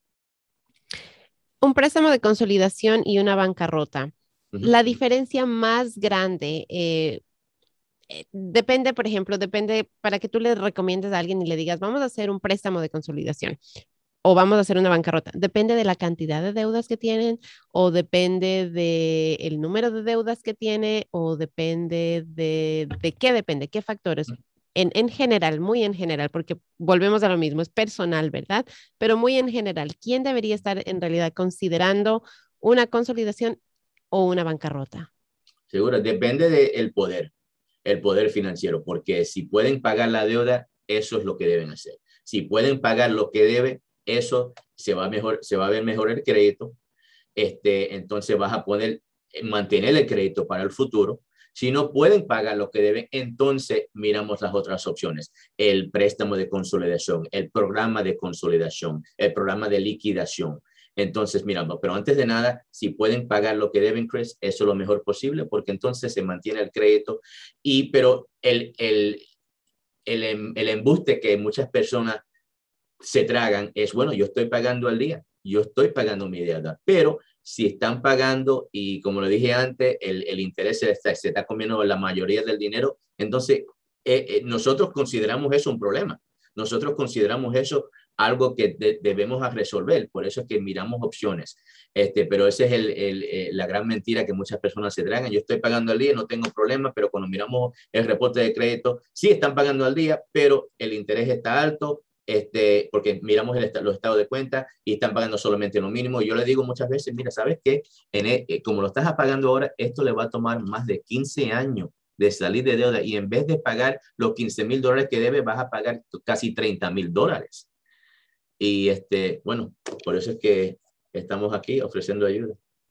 Un préstamo de consolidación y una bancarrota. Uh-huh. La diferencia más grande eh, eh, depende, por ejemplo, depende para que tú le recomiendes a alguien y le digas, vamos a hacer un préstamo de consolidación o vamos a hacer una bancarrota. Depende de la cantidad de deudas que tienen o depende del número de deudas que tiene o depende de, de qué depende, qué factores. En, en general, muy en general, porque volvemos a lo mismo, es personal, ¿verdad? Pero muy en general, ¿quién debería estar en realidad considerando una consolidación o una bancarrota? Seguro, depende del poder, el poder financiero, porque si pueden pagar la deuda, eso es lo que deben hacer. Si pueden pagar lo que debe, eso se va, mejor, se va a ver mejor el crédito, este, entonces vas a poder mantener el crédito para el futuro. Si no pueden pagar lo que deben, entonces miramos las otras opciones. El préstamo de consolidación, el programa de consolidación, el programa de liquidación. Entonces miramos, pero antes de nada, si pueden pagar lo que deben, Chris, eso es lo mejor posible, porque entonces se mantiene el crédito. Y, pero el, el, el, el embuste que muchas personas se tragan es, bueno, yo estoy pagando al día, yo estoy pagando mi deuda, pero si están pagando y como lo dije antes, el, el interés se está, se está comiendo la mayoría del dinero, entonces eh, eh, nosotros consideramos eso un problema. Nosotros consideramos eso algo que de, debemos resolver, por eso es que miramos opciones. Este, pero esa es el, el, el, la gran mentira que muchas personas se tragan. Yo estoy pagando al día, no tengo problema, pero cuando miramos el reporte de crédito, sí están pagando al día, pero el interés está alto. Este, porque miramos el, los estados de cuenta y están pagando solamente lo mínimo. Y yo le digo muchas veces, mira, ¿sabes qué? En el, como lo estás pagando ahora, esto le va a tomar más de quince años de salir de deuda y en vez de pagar los quince mil dólares que debe, vas a pagar casi treinta mil dólares. Y este, bueno, por eso es que estamos aquí ofreciendo ayuda.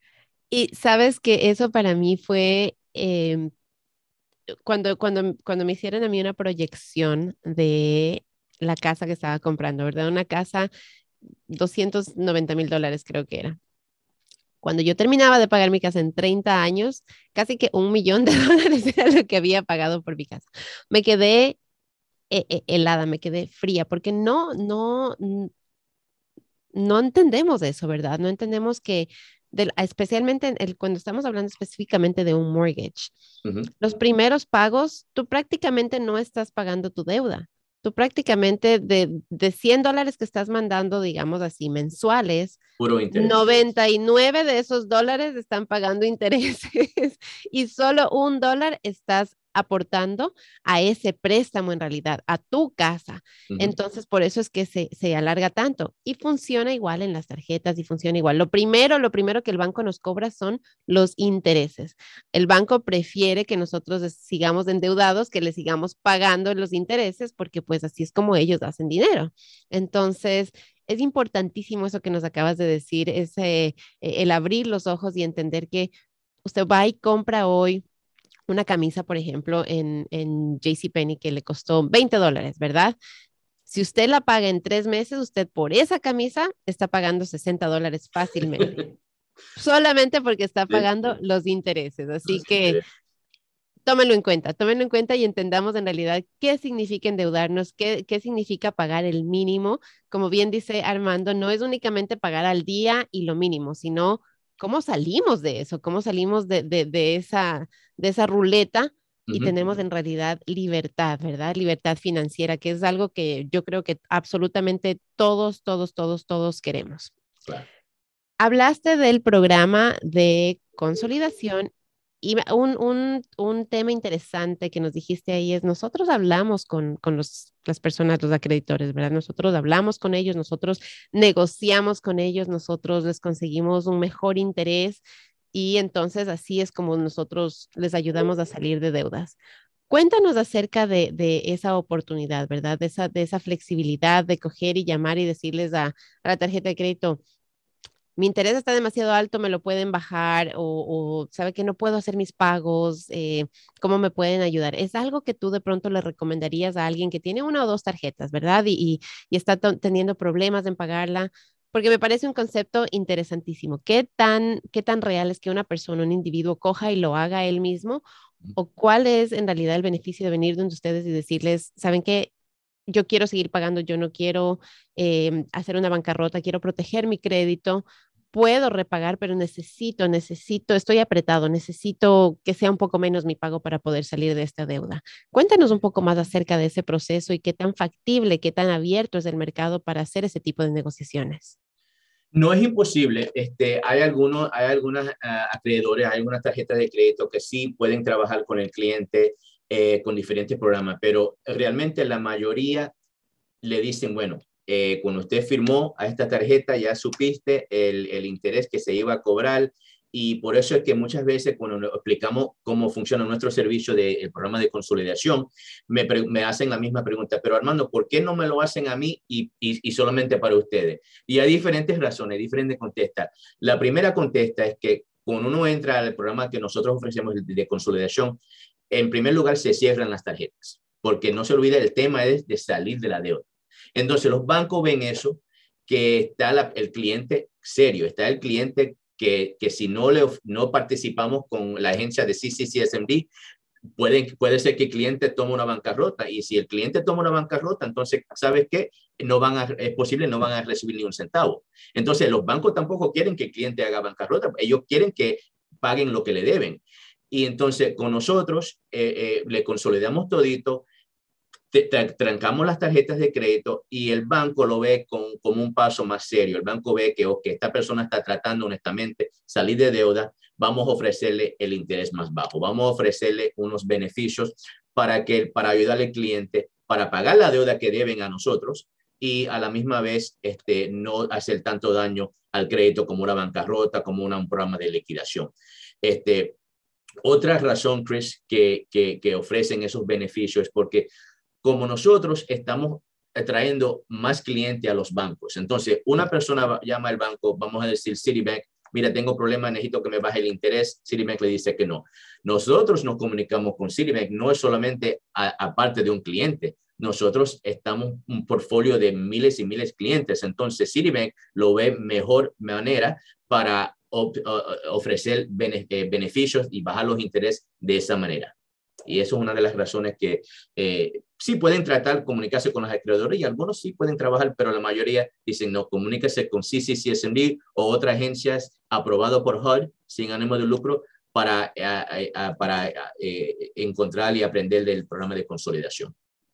Y sabes que eso para mí fue... Eh, cuando, cuando, cuando me hicieron a mí una proyección de la casa que estaba comprando, ¿verdad? Una casa, doscientos noventa mil dólares creo que era. Cuando yo terminaba de pagar mi casa en treinta años, casi que un millón de dólares era lo que había pagado por mi casa. Me quedé eh, helada, me quedé fría, porque no, no, no entendemos eso, ¿verdad? No entendemos que, de, especialmente el, cuando estamos hablando específicamente de un mortgage, uh-huh. Los primeros pagos, tú prácticamente no estás pagando tu deuda. Tú prácticamente de, de cien dólares que estás mandando, digamos así, mensuales, puro interés. noventa y nueve de esos dólares están pagando intereses y solo un dólar estás aportando a ese préstamo en realidad, a tu casa. Uh-huh. Entonces, por eso es que se, se alarga tanto y funciona igual en las tarjetas y funciona igual. Lo primero, lo primero que el banco nos cobra son los intereses. El banco prefiere que nosotros sigamos endeudados, que le sigamos pagando los intereses, porque pues así es como ellos hacen dinero. Entonces, es importantísimo eso que nos acabas de decir, es eh, el abrir los ojos y entender que usted va y compra hoy una camisa, por ejemplo, en, en JCPenney que le costó veinte dólares, ¿verdad? Si usted la paga en tres meses, usted por esa camisa está pagando sesenta dólares fácilmente. Solamente porque está pagando los intereses. Así que tómenlo en cuenta, tómenlo en cuenta y entendamos en realidad qué significa endeudarnos, qué, qué significa pagar el mínimo. Como bien dice Armando, no es únicamente pagar al día y lo mínimo, sino cómo salimos de eso, cómo salimos de, de, de, esa, de esa ruleta y uh-huh. tenemos en realidad libertad, ¿verdad? Libertad financiera, que es algo que yo creo que absolutamente todos, todos, todos, todos queremos. Claro. Hablaste del programa de consolidación y un, un, un tema interesante que nos dijiste ahí es, nosotros hablamos con, con los, las personas, los acreedores, ¿verdad? Nosotros hablamos con ellos, nosotros negociamos con ellos, nosotros les conseguimos un mejor interés y entonces así es como nosotros les ayudamos a salir de deudas. Cuéntanos acerca de, de esa oportunidad, ¿verdad? De esa, de esa flexibilidad de coger y llamar y decirles a, a la tarjeta de crédito, mi interés está demasiado alto, me lo pueden bajar o, o sabe que no puedo hacer mis pagos, eh, ¿cómo me pueden ayudar? Es algo que tú de pronto le recomendarías a alguien que tiene una o dos tarjetas, ¿verdad? Y, y, y está teniendo problemas en pagarla, porque me parece un concepto interesantísimo. ¿Qué tan, qué tan real es que una persona, un individuo coja y lo haga él mismo? ¿O cuál es en realidad el beneficio de venir donde ustedes y decirles, saben qué? Yo quiero seguir pagando, yo no quiero eh, hacer una bancarrota, quiero proteger mi crédito, puedo repagar, pero necesito, necesito, estoy apretado, necesito que sea un poco menos mi pago para poder salir de esta deuda. Cuéntanos un poco más acerca de ese proceso y qué tan factible, qué tan abierto es el mercado para hacer ese tipo de negociaciones. No es imposible. Este, hay algunos, hay algunas uh, acreedores, hay algunas tarjetas de crédito que sí pueden trabajar con el cliente eh, con diferentes programas, pero realmente la mayoría le dicen, bueno, eh, cuando usted firmó a esta tarjeta ya supiste el, el interés que se iba a cobrar, y por eso es que muchas veces cuando explicamos cómo funciona nuestro servicio del programa de consolidación, me, me, hacen la misma pregunta, pero Armando, ¿por qué no me lo hacen a mí y, y, y solamente para ustedes? Y hay diferentes razones, diferentes contestas. La primera contesta es que cuando uno entra al programa que nosotros ofrecemos de consolidación, en primer lugar se cierran las tarjetas, porque no se olvide, el tema es de salir de la deuda. Entonces los bancos ven eso, que está la, el cliente serio, está el cliente que, que si no, le, no participamos con la agencia de C C C S M D, puede, puede ser que el cliente tome una bancarrota, y si el cliente toma una bancarrota, entonces, ¿sabes qué? No van a, es posible, no van a recibir ni un centavo. Entonces los bancos tampoco quieren que el cliente haga bancarrota, ellos quieren que paguen lo que le deben. Y entonces con nosotros eh, eh, le consolidamos todito, trancamos las tarjetas de crédito y el banco lo ve con, como un paso más serio. El banco ve que okay, esta persona está tratando honestamente salir de deuda, vamos a ofrecerle el interés más bajo, vamos a ofrecerle unos beneficios para, que, para ayudarle al cliente, para pagar la deuda que deben a nosotros y a la misma vez este, no hacer tanto daño al crédito como una bancarrota, como una, un programa de liquidación. Este, otra razón, Chris, que, que, que ofrecen esos beneficios es porque como nosotros estamos trayendo más clientes a los bancos. Entonces, una persona llama al banco, vamos a decir Citibank, mira, tengo problemas, necesito que me baje el interés. Citibank le dice que no. Nosotros nos comunicamos con Citibank, no es solamente aparte de un cliente. Nosotros estamos un portfolio de miles y miles de clientes. Entonces, Citibank lo ve mejor manera para ofrecer beneficios y bajar los intereses de esa manera. Y eso es una de las razones que eh, sí pueden tratar, comunicarse con los acreedores, y algunos sí pueden trabajar, pero la mayoría dicen no, comuníquese con C C C S M D o otras agencias aprobadas por H U D sin ánimo de lucro para, a, a, para eh, encontrar y aprender del programa de consolidación.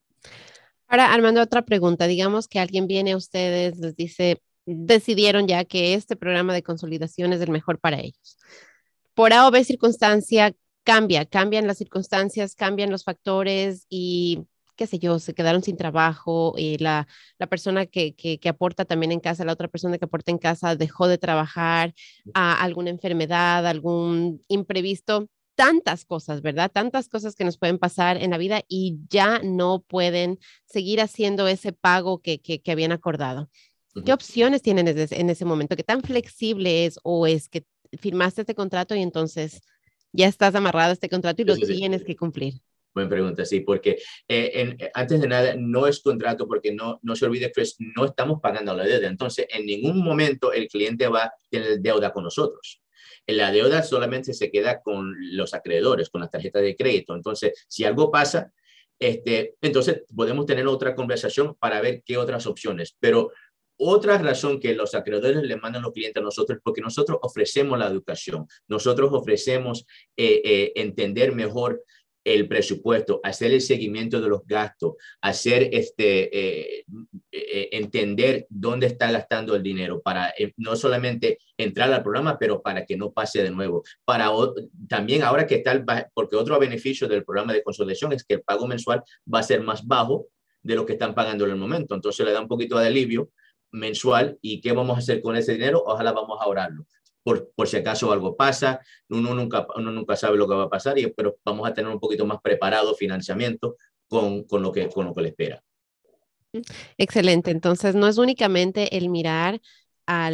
Ahora, Armando, otra pregunta. Digamos que alguien viene a ustedes, les dice, decidieron ya que este programa de consolidación es el mejor para ellos. Por A o B circunstancia, cambia, cambian las circunstancias, cambian los factores y qué sé yo, se quedaron sin trabajo y la, la persona que, que, que aporta también en casa, la otra persona que aporta en casa dejó de trabajar, a alguna enfermedad, algún imprevisto, tantas cosas, ¿verdad? Tantas cosas que nos pueden pasar en la vida y ya no pueden seguir haciendo ese pago que, que, que habían acordado. ¿Qué opciones tienen en ese, en ese momento? ¿Qué tan flexible es o es que firmaste este contrato y entonces ya estás amarrado a este contrato y lo sí, sí, tienes sí. que cumplir? Buena pregunta, sí, porque eh, en, antes de nada no es contrato, porque no, no se olvide que no estamos pagando la deuda. Entonces, en ningún momento el cliente va a tener deuda con nosotros. La deuda solamente se queda con los acreedores, con las tarjetas de crédito. Entonces, si algo pasa, este, entonces podemos tener otra conversación para ver qué otras opciones. Pero otra razón que los acreedores le mandan a los clientes a nosotros es porque nosotros ofrecemos la educación, nosotros ofrecemos eh, eh, entender mejor el presupuesto, hacer el seguimiento de los gastos, hacer este, eh, eh, entender dónde está gastando el dinero para eh, no solamente entrar al programa, pero para que no pase de nuevo. Para también ahora que está, el, porque otro beneficio del programa de consolidación es que el pago mensual va a ser más bajo de lo que están pagando en el momento. Entonces le da un poquito de alivio mensual. ¿Y qué vamos a hacer con ese dinero? Ojalá vamos a ahorrarlo. Por, por si acaso algo pasa, uno nunca, uno nunca sabe lo que va a pasar, y, pero vamos a tener un poquito más preparado financiamiento con, con, lo que, con lo que le espera. Excelente. Entonces, no es únicamente el mirar al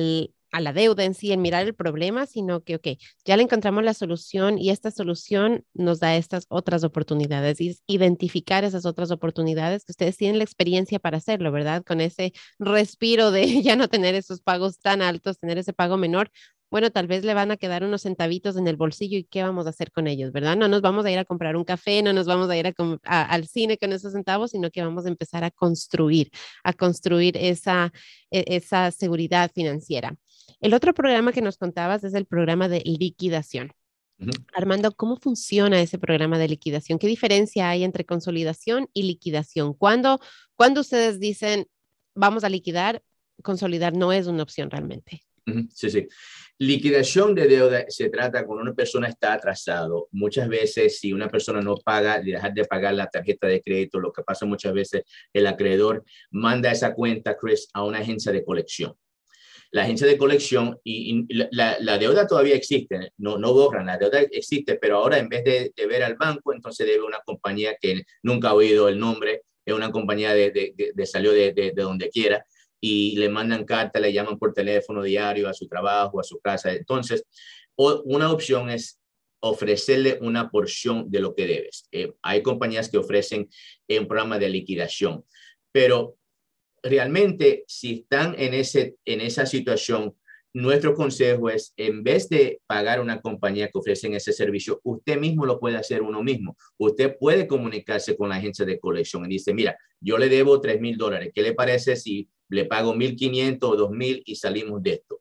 a la deuda en sí, en mirar el problema, sino que, ok, ya le encontramos la solución y esta solución nos da estas otras oportunidades y es identificar esas otras oportunidades que ustedes tienen la experiencia para hacerlo, ¿verdad? Con ese respiro de ya no tener esos pagos tan altos, tener ese pago menor. Bueno, tal vez le van a quedar unos centavitos en el bolsillo y ¿qué vamos a hacer con ellos, verdad? No nos vamos a ir a comprar un café, no nos vamos a ir a a, al cine con esos centavos, sino que vamos a empezar a construir, a construir esa, e, esa seguridad financiera. El otro programa que nos contabas es el programa de liquidación. Ujú. Armando, ¿cómo funciona ese programa de liquidación? ¿Qué diferencia hay entre consolidación y liquidación? ¿Cuándo, cuando ustedes dicen vamos a liquidar, consolidar no es una opción realmente? Sí, sí. Liquidación de deuda se trata cuando una persona está atrasado. Muchas veces, si una persona no paga, de dejar de pagar la tarjeta de crédito, lo que pasa muchas veces, el acreedor manda esa cuenta, Chris, a una agencia de colección. La agencia de colección y, y la, la deuda todavía existe, no, no borran, la deuda existe, pero ahora en vez de, de ver al banco, entonces debe una compañía que nunca ha oído el nombre, es una compañía de, de, de, de salió de, de, de donde quiera, y le mandan carta, le llaman por teléfono diario a su trabajo, a su casa. Entonces, o, una opción es ofrecerle una porción de lo que debes. Eh, hay compañías que ofrecen un programa de liquidación, pero realmente, si están en, ese, en esa situación, nuestro consejo es, en vez de pagar una compañía que ofrece ese servicio, usted mismo lo puede hacer uno mismo. Usted puede comunicarse con la agencia de colección y dice, mira, yo le debo tres mil dólares. ¿Qué le parece si le pago mil quinientos o dos mil y salimos de esto?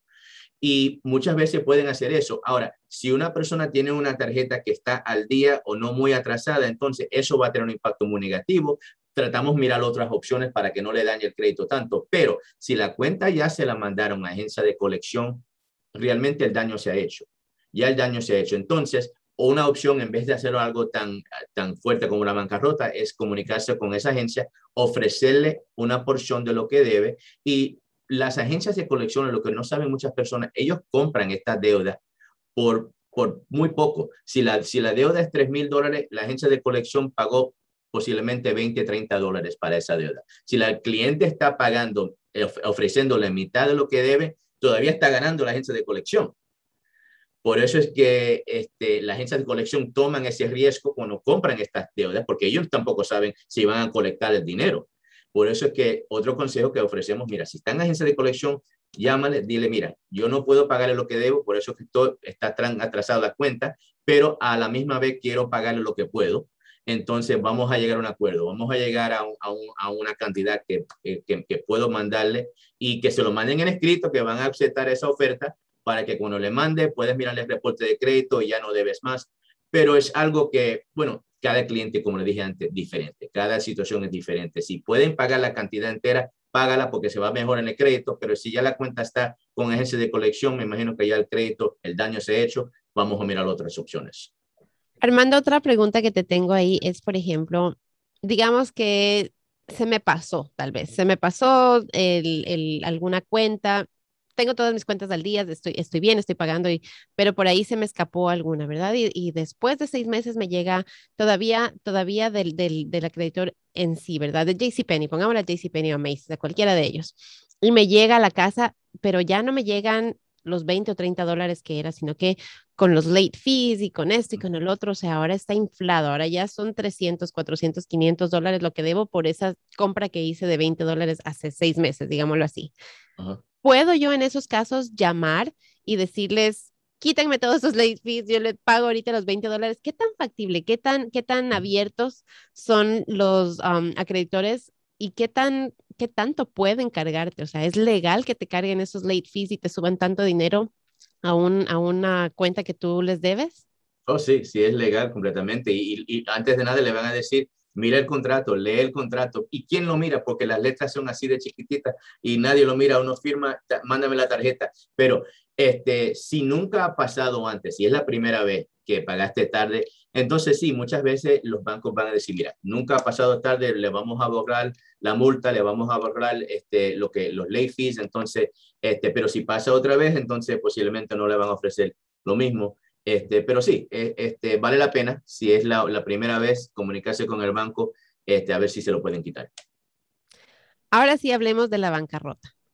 Y muchas veces pueden hacer eso. Ahora, si una persona tiene una tarjeta que está al día o no muy atrasada, entonces eso va a tener un impacto muy negativo. Tratamos de mirar otras opciones para que no le dañe el crédito tanto. Pero si la cuenta ya se la mandaron a agencia de colección, realmente el daño se ha hecho. Ya el daño se ha hecho. Entonces, una opción, en vez de hacerlo algo tan, tan fuerte como una bancarrota, es comunicarse con esa agencia, ofrecerle una porción de lo que debe. Y las agencias de colección, lo que no saben muchas personas, ellos compran estas deudas por, por muy poco. Si la, si la deuda es tres mil dólares, la agencia de colección pagó posiblemente veinte, treinta dólares para esa deuda. Si el cliente está pagando, ofreciendo la mitad de lo que debe, todavía está ganando la agencia de colección. Por eso es que este, las agencias de colección toman ese riesgo cuando compran estas deudas, porque ellos tampoco saben si van a colectar el dinero. Por eso es que otro consejo que ofrecemos, mira, si están en agencia de colección, llámale, dile, mira, yo no puedo pagarle lo que debo, por eso es que todo está atrasado la cuenta, pero a la misma vez quiero pagarle lo que puedo. Entonces vamos a llegar a un acuerdo, vamos a llegar a, un, a, un, a una cantidad que, que, que puedo mandarle y que se lo manden en escrito, que van a aceptar esa oferta para que cuando le mande puedes mirarle el reporte de crédito y ya no debes más. Pero es algo que, bueno, cada cliente, como le dije antes, diferente. Cada situación es diferente. Si pueden pagar la cantidad entera, págala porque se va mejor en el crédito, pero si ya la cuenta está con agencia de colección, me imagino que ya el crédito, el daño se ha hecho, vamos a mirar otras opciones. Armando, otra pregunta que te tengo ahí es, por ejemplo, digamos que se me pasó, tal vez, se me pasó el, el, alguna cuenta, tengo todas mis cuentas al día, estoy, estoy bien, estoy pagando, y, pero por ahí se me escapó alguna, ¿verdad? Y, y después de seis meses me llega todavía, todavía del, del, del acreditor en sí, ¿verdad? De JCPenney, pongámosle JCPenney o Macy's, de cualquiera de ellos. Y me llega a la casa, pero ya no me llegan los veinte o treinta dólares que era, sino que con los late fees y con esto y con el otro, o sea, ahora está inflado, ahora ya son trescientos, cuatrocientos, quinientos dólares lo que debo por esa compra que hice de veinte dólares hace seis meses, digámoslo así. Ajá. ¿Puedo yo en esos casos llamar y decirles, quítenme todos esos late fees, yo les pago ahorita los veinte dólares? ¿Qué tan factible, qué tan, qué tan abiertos son los um, acreditores y qué tan, qué tanto pueden cargarte? O sea, ¿es legal que te carguen esos late fees y te suban tanto dinero a, un, a una cuenta que tú les debes? Oh, sí, sí es legal completamente. Y, y antes de nada le van a decir, mira el contrato, lee el contrato. ¿Y quién lo mira? Porque las letras son así de chiquititas y nadie lo mira. Uno firma, mándame la tarjeta. Pero este, si nunca ha pasado antes, si es la primera vez que pagaste tarde, entonces sí, muchas veces los bancos van a decir, mira, nunca ha pasado tarde, le vamos a borrar la multa, le vamos a borrar este, lo que, los late fees. Entonces, este, pero si pasa otra vez, entonces posiblemente no le van a ofrecer lo mismo. Este, pero sí, este, vale la pena, si es la, la primera vez, comunicarse con el banco, este, a ver si se lo pueden quitar. Ahora sí hablemos de la bancarrota.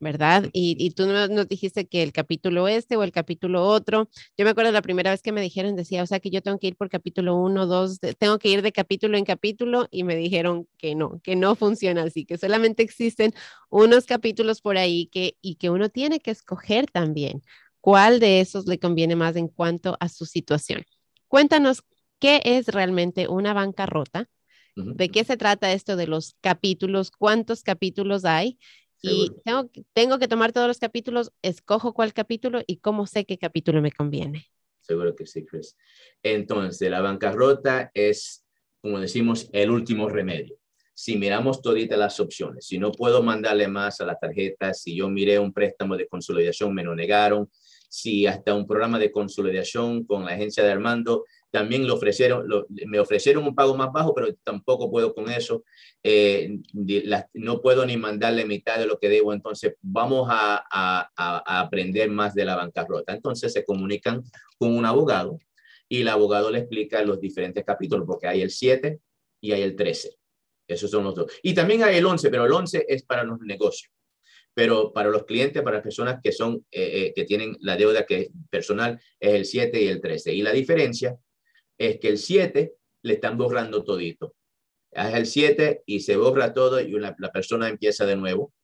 ¿verdad? Y, y tú no- nos dijiste que el capítulo este o el capítulo otro. Yo me acuerdo la primera vez que me dijeron, decía, o sea, que yo tengo que ir por capítulo uno, dos, de- tengo que ir de capítulo en capítulo y me dijeron que no, que no funciona así, que solamente existen unos capítulos por ahí que, y que uno tiene que escoger también cuál de esos le conviene más en cuanto a su situación. Cuéntanos qué es realmente una bancarrota, Ujú. de qué se trata esto de los capítulos, cuántos capítulos hay y Seguro. tengo, que- tengo que tomar todos los capítulos, escojo cuál capítulo y cómo sé qué capítulo me conviene. Seguro que sí, Chris. Entonces, la bancarrota es, como decimos, el último remedio. Si miramos toditas las opciones, si no puedo mandarle más a la tarjeta, si yo miré un préstamo de consolidación, me lo negaron, si hasta un programa de consolidación con la agencia de Armando, también lo ofrecieron, lo, me ofrecieron un pago más bajo, pero tampoco puedo con eso. Eh, la, no puedo ni mandarle mitad de lo que debo, entonces vamos a, a, a aprender más de la bancarrota. Entonces se comunican con un abogado y el abogado le explica los diferentes capítulos, porque hay el siete y hay el trece. Esos son los dos. Y también hay el once, pero el once es para los negocios. Pero para los clientes, para las personas que, son, eh, eh, que tienen la deuda que es personal, es el siete y el trece. Y la diferencia es que el siete le están borrando todito. Es el siete y se borra todo y una, la persona empieza de nuevo.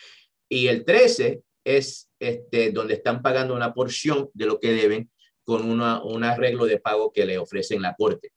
Y el trece es este, donde están pagando una porción de lo que deben con una, un arreglo de pago que le ofrecen la corte.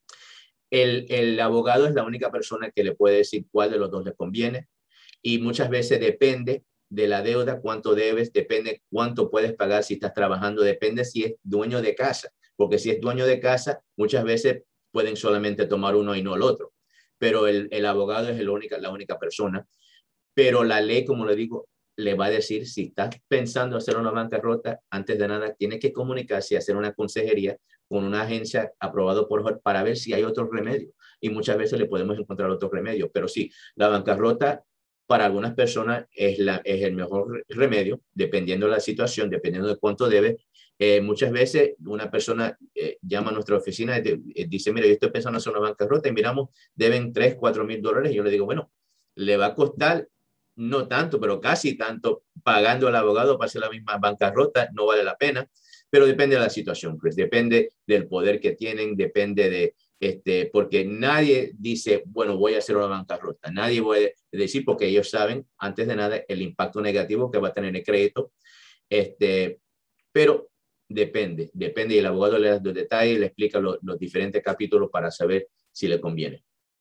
El, el abogado es la única persona que le puede decir cuál de los dos le conviene y muchas veces depende de la deuda, cuánto debes, depende cuánto puedes pagar si estás trabajando, depende si es dueño de casa, porque si es dueño de casa, muchas veces pueden solamente tomar uno y no el otro, pero el, el abogado es el única, la única persona, pero la ley, como le digo, le va a decir si estás pensando hacer una bancarrota, antes de nada tienes que comunicarse y hacer una consejería con una agencia aprobado por para ver si hay otro remedio. Y muchas veces le podemos encontrar otro remedio. Pero sí, la bancarrota para algunas personas es, la, es el mejor remedio, dependiendo de la situación, dependiendo de cuánto debe. Eh, muchas veces una persona eh, llama a nuestra oficina y te, eh, dice, mira, yo estoy pensando en hacer una bancarrota y miramos, deben tres, cuatro mil dólares. Y yo le digo, bueno, le va a costar no tanto, pero casi tanto, pagando al abogado para hacer la misma bancarrota, no vale la pena, pero depende de la situación, pues depende del poder que tienen, depende de, este, porque nadie dice, bueno, voy a hacer una bancarrota, nadie puede decir, porque ellos saben, antes de nada, el impacto negativo que va a tener el crédito, este, pero depende, depende, y el abogado le da los detalles, le explica lo, los diferentes capítulos para saber si le conviene.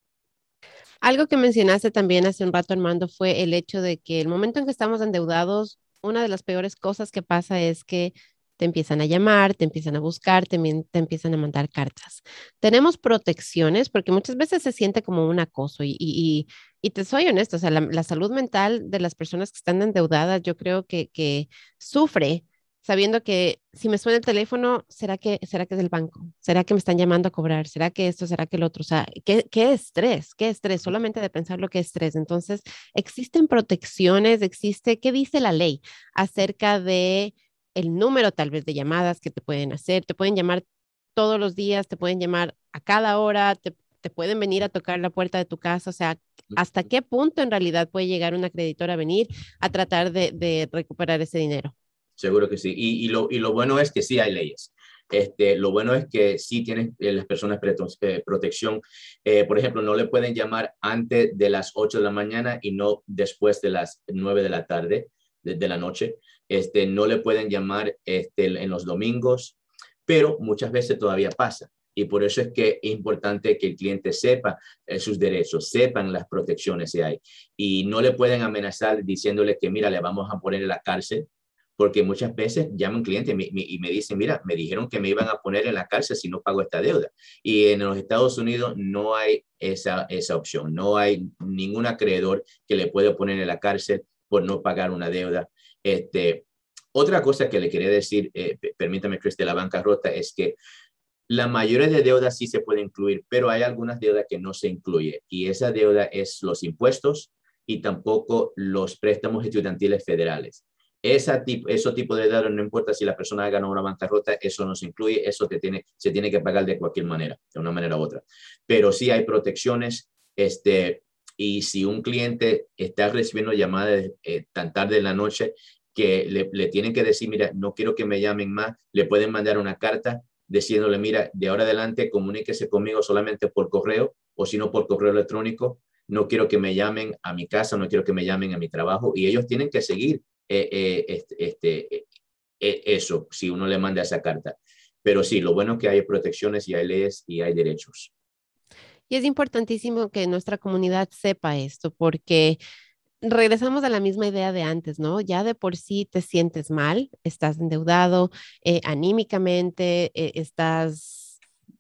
Algo que mencionaste también hace un rato, Armando, fue el hecho de que el momento en que estamos endeudados, una de las peores cosas que pasa es que te empiezan a llamar, te empiezan a buscar, te, mien- te empiezan a mandar cartas. Tenemos protecciones porque muchas veces se siente como un acoso y, y, y, y te soy honesto, o sea, la, la salud mental de las personas que están endeudadas, yo creo que, que sufre sabiendo que si me suena el teléfono, ¿será que, será que es del banco? ¿Será que me están llamando a cobrar? ¿Será que esto? ¿Será que el otro? O sea, ¿qué, qué estrés? ¿Qué estrés? Solamente de pensar lo que es estrés. Entonces, existen protecciones, existe, ¿qué dice la ley acerca de el número tal vez de llamadas que te pueden hacer? Te pueden llamar todos los días, te pueden llamar a cada hora, te, te pueden venir a tocar la puerta de tu casa. O sea, ¿hasta qué punto en realidad puede llegar una creditora a venir a tratar de, de recuperar ese dinero? Seguro que sí. Y, y, lo, y lo bueno es que sí hay leyes. Este, lo bueno es que sí tienen eh, las personas eh, protección. Eh, por ejemplo, no le pueden llamar antes de las ocho de la mañana y no después de las nueve de la tarde, de, de la noche. Este, no le pueden llamar este, en los domingos, pero muchas veces todavía pasa. Y por eso es que es importante que el cliente sepa eh, sus derechos, sepan las protecciones que hay. Y no le pueden amenazar diciéndole que, mira, le vamos a poner en la cárcel, porque muchas veces llama un cliente y me, y me dice, mira, me dijeron que me iban a poner en la cárcel si no pago esta deuda. Y en los Estados Unidos no hay esa, esa opción, no hay ningún acreedor que le pueda poner en la cárcel por no pagar una deuda. Este, otra cosa que le quería decir, eh, permítame, Chris, de la bancarrota, es que la mayoría de deudas sí se puede incluir, pero hay algunas deudas que no se incluye. Y esa deuda es los impuestos y tampoco los préstamos estudiantiles federales. Esa tipo, ese tipo de deuda, no importa si la persona ha ganado una bancarrota, eso no se incluye, eso te tiene, se tiene que pagar de cualquier manera, de una manera u otra. Pero sí hay protecciones, este, Y si un cliente está recibiendo llamadas eh, tan tarde en la noche que le, le tienen que decir, mira, no quiero que me llamen más, le pueden mandar una carta diciéndole, mira, de ahora adelante comuníquese conmigo solamente por correo o si no por correo electrónico. No quiero que me llamen a mi casa, no quiero que me llamen a mi trabajo. Y ellos tienen que seguir eh, eh, este, este, eh, eso si uno le manda esa carta. Pero sí, lo bueno es que hay protecciones y hay leyes y hay derechos. Y es importantísimo que nuestra comunidad sepa esto, porque regresamos a la misma idea de antes, ¿no? Ya de por sí te sientes mal, estás endeudado eh, anímicamente, eh, estás,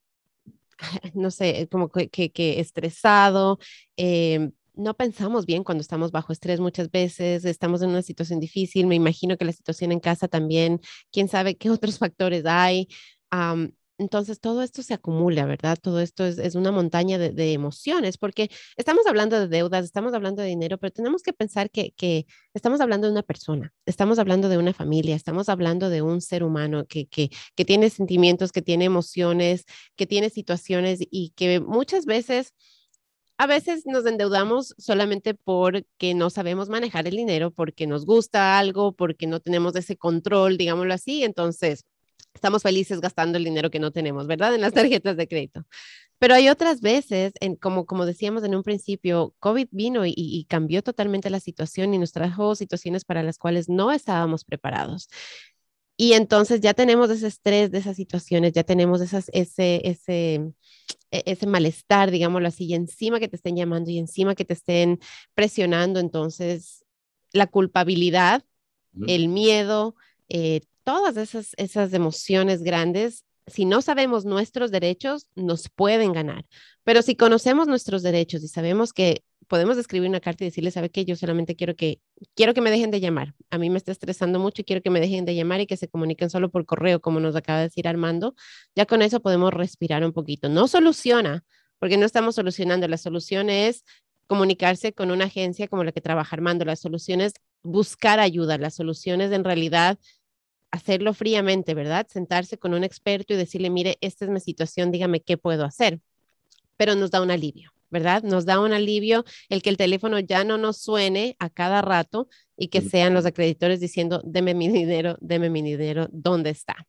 no sé, como que, que, que estresado. eh, no pensamos bien cuando estamos bajo estrés muchas veces, estamos en una situación difícil, me imagino que la situación en casa también, quién sabe qué otros factores hay. Am, entonces, todo esto se acumula, ¿verdad? Todo esto es, es una montaña de, de emociones, porque estamos hablando de deudas, estamos hablando de dinero, pero tenemos que pensar que, que estamos hablando de una persona, estamos hablando de una familia, estamos hablando de un ser humano que, que, que tiene sentimientos, que tiene emociones, que tiene situaciones y que muchas veces a veces nos endeudamos solamente porque no sabemos manejar el dinero, porque nos gusta algo, porque no tenemos ese control, digámoslo así. Entonces, estamos felices gastando el dinero que no tenemos, ¿verdad? En las tarjetas de crédito. Pero hay otras veces, en, como, como decíamos en un principio, COVID vino y, y cambió totalmente la situación y nos trajo situaciones para las cuales no estábamos preparados. Y entonces ya tenemos ese estrés de esas situaciones, ya tenemos esas, ese, ese, e- ese malestar, digámoslo así, y encima que te estén llamando y encima que te estén presionando, entonces la culpabilidad, Ujú. el miedo, eh, todas esas, esas emociones grandes, si no sabemos nuestros derechos, nos pueden ganar. Pero si conocemos nuestros derechos y sabemos que podemos escribir una carta y decirle, ¿sabe qué? Yo solamente quiero que, quiero que me dejen de llamar. A mí me está estresando mucho y quiero que me dejen de llamar y que se comuniquen solo por correo, como nos acaba de decir Armando. Ya con eso podemos respirar un poquito. No soluciona, porque no estamos solucionando. La solución es comunicarse con una agencia como la que trabaja Armando. La solución es buscar ayuda. La solución es en realidad hacerlo fríamente, ¿verdad? Sentarse con un experto y decirle, mire, esta es mi situación, dígame qué puedo hacer. Pero nos da un alivio, ¿verdad? Nos da un alivio el que el teléfono ya no nos suene a cada rato y que Ujú. sean los acreedores diciendo, deme mi dinero, deme mi dinero, ¿dónde está?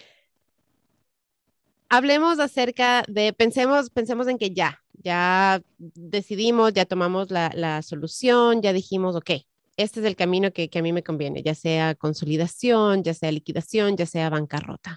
Hablemos acerca de, pensemos, pensemos en que ya, ya decidimos, ya tomamos la, la solución, ya dijimos, ok, este es el camino que, que a mí me conviene, ya sea consolidación, ya sea liquidación, ya sea bancarrota.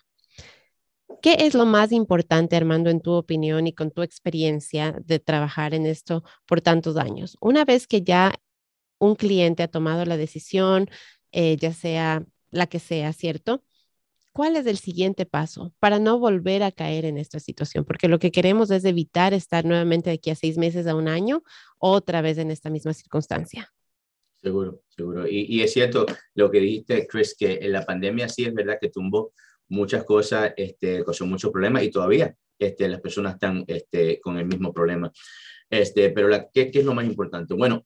¿Qué es lo más importante, Armando, en tu opinión y con tu experiencia de trabajar en esto por tantos años? Una vez que ya un cliente ha tomado la decisión, eh, ya sea la que sea, ¿cierto? ¿Cuál es el siguiente paso para no volver a caer en esta situación? Porque lo que queremos es evitar estar nuevamente de aquí a seis meses a un año otra vez en esta misma circunstancia. Seguro, seguro. Y, y es cierto lo que dijiste, Chris, que en la pandemia sí es verdad que tumbó muchas cosas, este, causó muchos problemas y todavía este, las personas están este, con el mismo problema. Este, pero la, ¿qué, ¿qué es lo más importante? Bueno,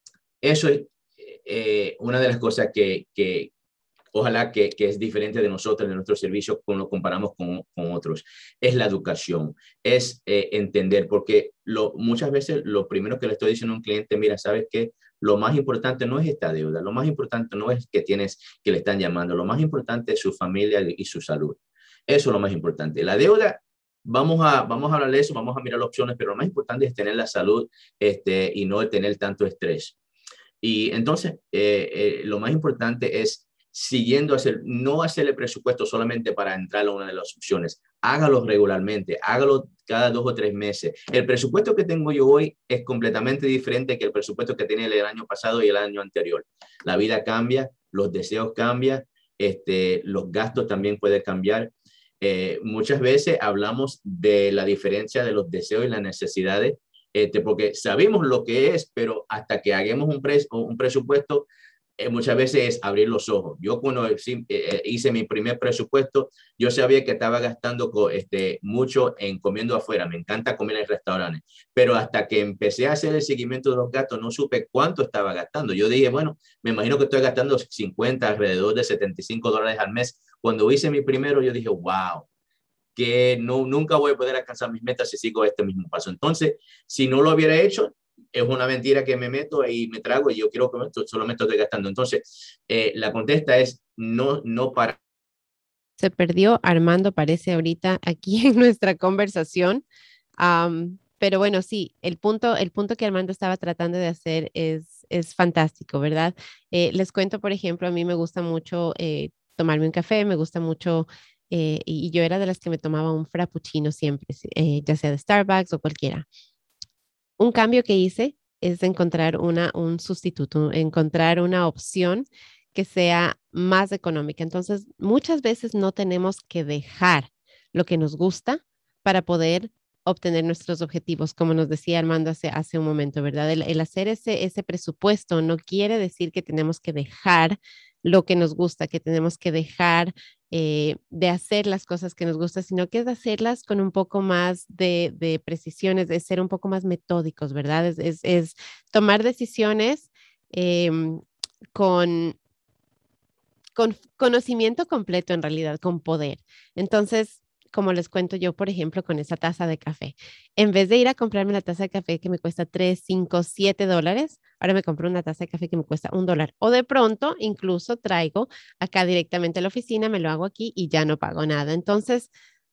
eso es eh, una de las cosas que, que ojalá que, que es diferente de nosotros, de nuestro servicio, cuando lo comparamos con, con otros. Es la educación, es eh, entender, porque lo, muchas veces lo primero que le estoy diciendo a un cliente, mira, ¿sabes qué? Lo más importante no es esta deuda, lo más importante no es que tienes, que le están llamando, lo más importante es su familia y su salud. Eso es lo más importante. La deuda, vamos a, vamos a hablar de eso, vamos a mirar las opciones, pero lo más importante es tener la salud este, y no tener tanto estrés. Y entonces, eh, eh, lo más importante es siguiendo hacer, no hacerle presupuesto solamente para entrar a una de las opciones. Hágalo regularmente, hágalo cada dos o tres meses. El presupuesto que tengo yo hoy es completamente diferente que el presupuesto que tenía el año pasado y el año anterior. La vida cambia, los deseos cambian, este, los gastos también pueden cambiar. Eh, muchas veces hablamos de la diferencia de los deseos y las necesidades, este, porque sabemos lo que es, pero hasta que hagamos un, pres un presupuesto, eh, muchas veces es abrir los ojos. Yo cuando eh, hice mi primer presupuesto, yo sabía que estaba gastando este, mucho en comiendo afuera. Me encanta comer en restaurantes, pero hasta que empecé a hacer el seguimiento de los gastos, no supe cuánto estaba gastando. Yo dije, bueno, me imagino que estoy gastando cincuenta, alrededor de setenta y cinco dólares al mes. Cuando hice mi primero, yo dije, wow, que no, nunca voy a poder alcanzar mis metas si sigo este mismo paso. Entonces, si no lo hubiera hecho, es una mentira que me meto y me trago y yo quiero comer, solo me estoy gastando. Entonces, eh, la contesta es no, no para. Se perdió Armando, parece ahorita aquí en nuestra conversación. Am, pero bueno, sí, el punto, el punto que Armando estaba tratando de hacer es, es fantástico, ¿verdad? Eh, les cuento, por ejemplo, a mí me gusta mucho eh, tomarme un café, me gusta mucho, eh, y, y yo era de las que me tomaba un frappuccino siempre, sí, eh, ya sea de Starbucks o cualquiera. Un cambio que hice es encontrar una, un sustituto, encontrar una opción que sea más económica. Entonces, muchas veces no tenemos que dejar lo que nos gusta para poder obtener nuestros objetivos, como nos decía Armando hace, hace un momento, ¿verdad? El, el hacer ese, ese presupuesto no quiere decir que tenemos que dejar lo que nos gusta, que tenemos que dejar eh, de hacer las cosas que nos gustan, sino que es de hacerlas con un poco más de, de precisión, es de ser un poco más metódicos, ¿verdad? Es, es, es tomar decisiones eh, con, con conocimiento completo en realidad, con poder. Entonces, como les cuento yo, por ejemplo, con esa taza de café, en vez de ir a comprarme la taza de café que me cuesta tres, cinco, siete dólares, ahora me compro una taza de café que me cuesta un dólar. O de pronto, incluso traigo acá directamente a la oficina, me lo hago aquí y ya no pago nada. Entonces,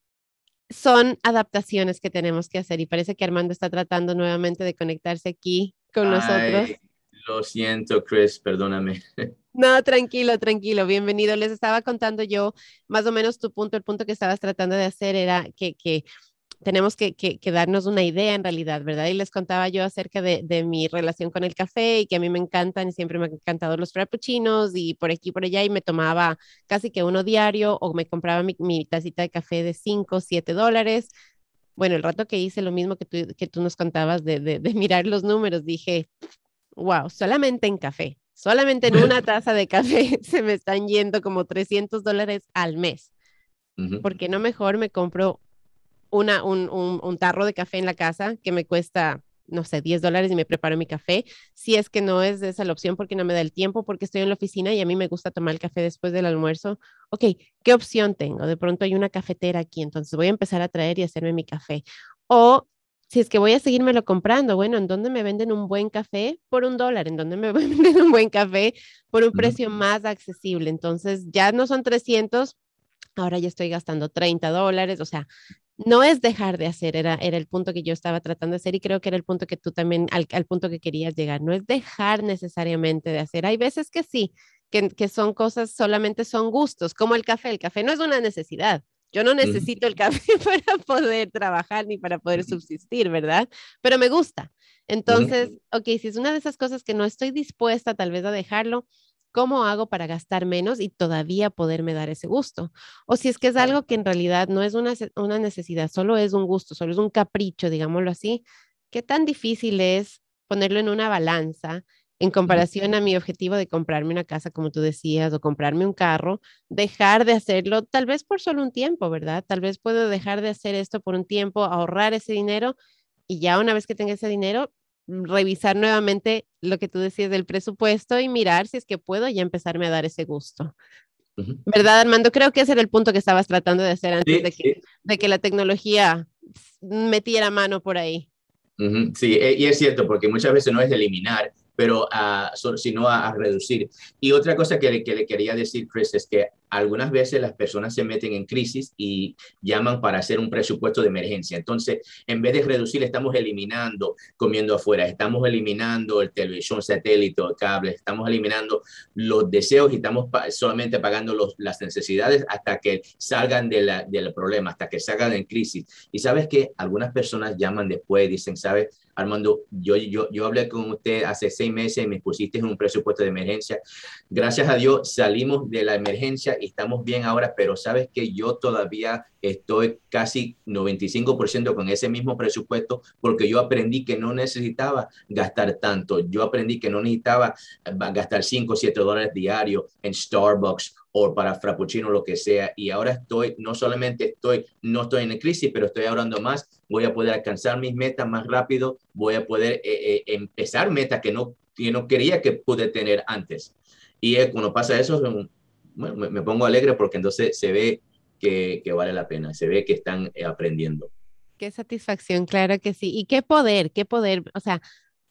son adaptaciones que tenemos que hacer y parece que Armando está tratando nuevamente de conectarse aquí con nosotros. Ay, lo siento, Chris, perdóname. No, tranquilo, tranquilo, bienvenido. Les estaba contando yo más o menos tu punto, el punto que estabas tratando de hacer era que, que tenemos que, que, que darnos una idea en realidad, ¿verdad? Y les contaba yo acerca de, de mi relación con el café y que a mí me encantan y siempre me han encantado los frappuccinos y por aquí y por allá y me tomaba casi que uno diario o me compraba mi, mi tacita de café de cinco, siete dólares. Bueno, el rato que hice lo mismo que tú, que tú nos contabas de, de, de mirar los números, dije, wow, solamente en café, solamente en una taza de café se me están yendo como trescientos dólares al mes. Ujú. ¿Por qué no mejor me compro una, un, un, un tarro de café en la casa que me cuesta, no sé, diez dólares y me preparo mi café? Si es que no es esa la opción porque no me da el tiempo, porque estoy en la oficina y a mí me gusta tomar el café después del almuerzo. Ok, ¿qué opción tengo? De pronto hay una cafetera aquí, entonces voy a empezar a traer y hacerme mi café. O si es que voy a seguírmelo comprando, bueno, ¿en dónde me venden un buen café por un dólar? ¿En dónde me venden un buen café por un Ujú. precio más accesible? Entonces ya no son trescientos, ahora ya estoy gastando treinta dólares, o sea, no es dejar de hacer, era, era el punto que yo estaba tratando de hacer y creo que era el punto que tú también, al, al punto que querías llegar, no es dejar necesariamente de hacer. Hay veces que sí, que, que son cosas, solamente son gustos, como el café. El café no es una necesidad. Yo no Ujú. necesito el café para poder trabajar ni para poder subsistir, ¿verdad? Pero me gusta. Ujú. Entonces, ok, si es una de esas cosas que no estoy dispuesta tal vez a dejarlo, ¿cómo hago para gastar menos y todavía poderme dar ese gusto? O si es que es Claro. algo que en realidad no es una, ce- una necesidad, solo es un gusto, solo es un capricho, digámoslo así, ¿qué tan difícil es ponerlo en una balanza en Ujú. comparación a mi objetivo de comprarme una casa, como tú decías, o comprarme un carro, dejar de hacerlo tal vez por solo un tiempo, ¿verdad? Tal vez puedo dejar de hacer esto por un tiempo, ahorrar ese dinero y ya una vez que tenga ese dinero, revisar nuevamente lo que tú decías del presupuesto y mirar si es que puedo ya empezarme a dar ese gusto. Ujú. ¿Verdad, Armando? Creo que ese era el punto que estabas tratando de hacer antes Sí, de que, sí. de que la tecnología metiera mano por ahí. Ujú. Sí, e- y es cierto, porque muchas veces no es de eliminar, pero a, so- sino a, a reducir. Y otra cosa que le, que le quería decir, Chris, es que algunas veces las personas se meten en crisis y llaman para hacer un presupuesto de emergencia. Entonces, en vez de reducir, estamos eliminando comiendo afuera, estamos eliminando el televisión satélite o cable, estamos eliminando los deseos y estamos pa solamente pagando los, las necesidades hasta que salgan de la, del problema, hasta que salgan en crisis. Y sabes que algunas personas llaman después y dicen, ¿sabes, Armando? Yo, yo, yo hablé con usted hace seis meses y me pusiste en un presupuesto de emergencia. Gracias a Dios salimos de la emergencia y estamos bien ahora, pero sabes que yo todavía estoy casi noventa y cinco por ciento con ese mismo presupuesto porque yo aprendí que no necesitaba gastar tanto. Yo aprendí que no necesitaba gastar cinco o siete dólares diarios en Starbucks o para frappuccino, lo que sea. Y ahora estoy, no solamente estoy, no estoy en crisis, pero estoy ahorrando más. Voy a poder alcanzar mis metas más rápido. Voy a poder eh, eh, empezar metas que no, que no quería que pude tener antes. Y eh, cuando pasa eso, bueno, me, me pongo alegre porque entonces se ve que, que vale la pena, se ve que están eh, aprendiendo. Qué satisfacción, claro que sí. Y qué poder, qué poder. O sea,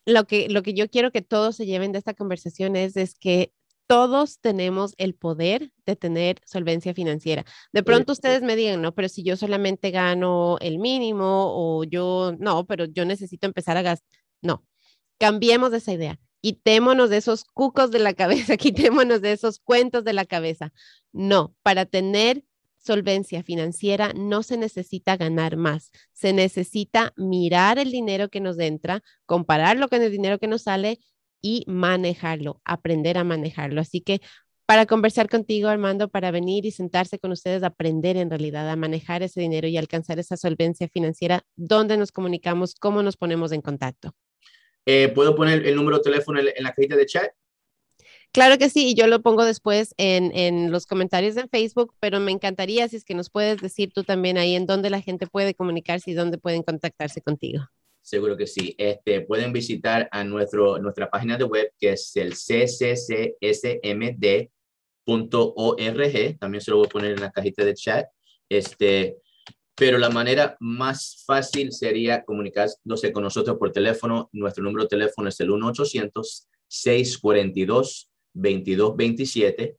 lo que, lo que yo quiero que todos se lleven de esta conversación es, es que todos tenemos el poder de tener solvencia financiera. De pronto ustedes me digan, no, pero si yo solamente gano el mínimo o yo, no, pero yo necesito empezar a gastar. No, cambiemos esa idea. Quitémonos de esos cucos de la cabeza, quitémonos de esos cuentos de la cabeza. No, para tener solvencia financiera no se necesita ganar más, se necesita mirar el dinero que nos entra, compararlo con el dinero que nos sale y manejarlo, aprender a manejarlo. Así que para conversar contigo, Armando, para venir y sentarse con ustedes, aprender en realidad a manejar ese dinero y alcanzar esa solvencia financiera, ¿dónde nos comunicamos? ¿Cómo nos ponemos en contacto? Eh, ¿Puedo poner el número de teléfono en, en la cajita de chat? Claro que sí, y yo lo pongo después en, en los comentarios de Facebook, pero me encantaría si es que nos puedes decir tú también ahí en dónde la gente puede comunicarse y dónde pueden contactarse contigo. Seguro que sí. Este, pueden visitar a nuestro, nuestra página de web, que es el c c c s m d punto org. También se lo voy a poner en la cajita de chat. Este, pero la manera más fácil sería comunicarse con nosotros por teléfono. Nuestro número de teléfono es el uno ochocientos, seiscientos cuarenta y dos, veintidós veintisiete.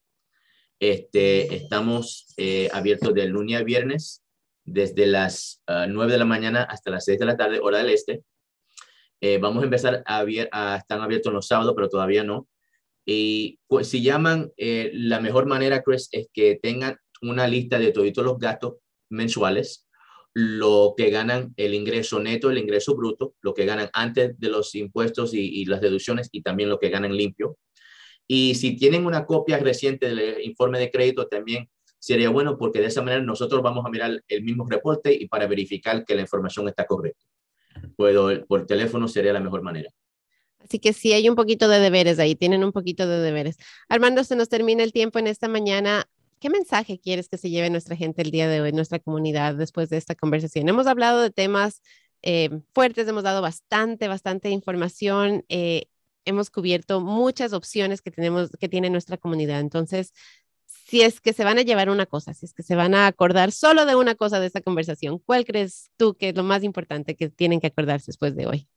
Este, estamos eh, abiertos de lunes a viernes, desde las uh, nueve de la mañana hasta las seis de la tarde, hora del este. Eh, vamos a empezar a, a estar abiertos los sábados, pero todavía no. Y pues, si llaman, eh, la mejor manera, Chris, es que tengan una lista de todos los gastos mensuales, lo que ganan, el ingreso neto, el ingreso bruto, lo que ganan antes de los impuestos y, y las deducciones, y también lo que ganan limpio. Y si tienen una copia reciente del informe de crédito, también sería bueno, porque de esa manera nosotros vamos a mirar el mismo reporte y para verificar que la información está correcta. Puedo, por teléfono sería la mejor manera. Así que sí hay un poquito de deberes ahí, tienen un poquito de deberes. Armando, se nos termina el tiempo en esta mañana. ¿Qué mensaje quieres que se lleve nuestra gente el día de hoy, nuestra comunidad, después de esta conversación? Hemos hablado de temas eh, fuertes, hemos dado bastante, bastante información, eh, hemos cubierto muchas opciones que tenemos, que tiene nuestra comunidad. Entonces, si es que se van a llevar una cosa, si es que se van a acordar solo de una cosa de esta conversación, ¿cuál crees tú que es lo más importante que tienen que acordarse después de hoy?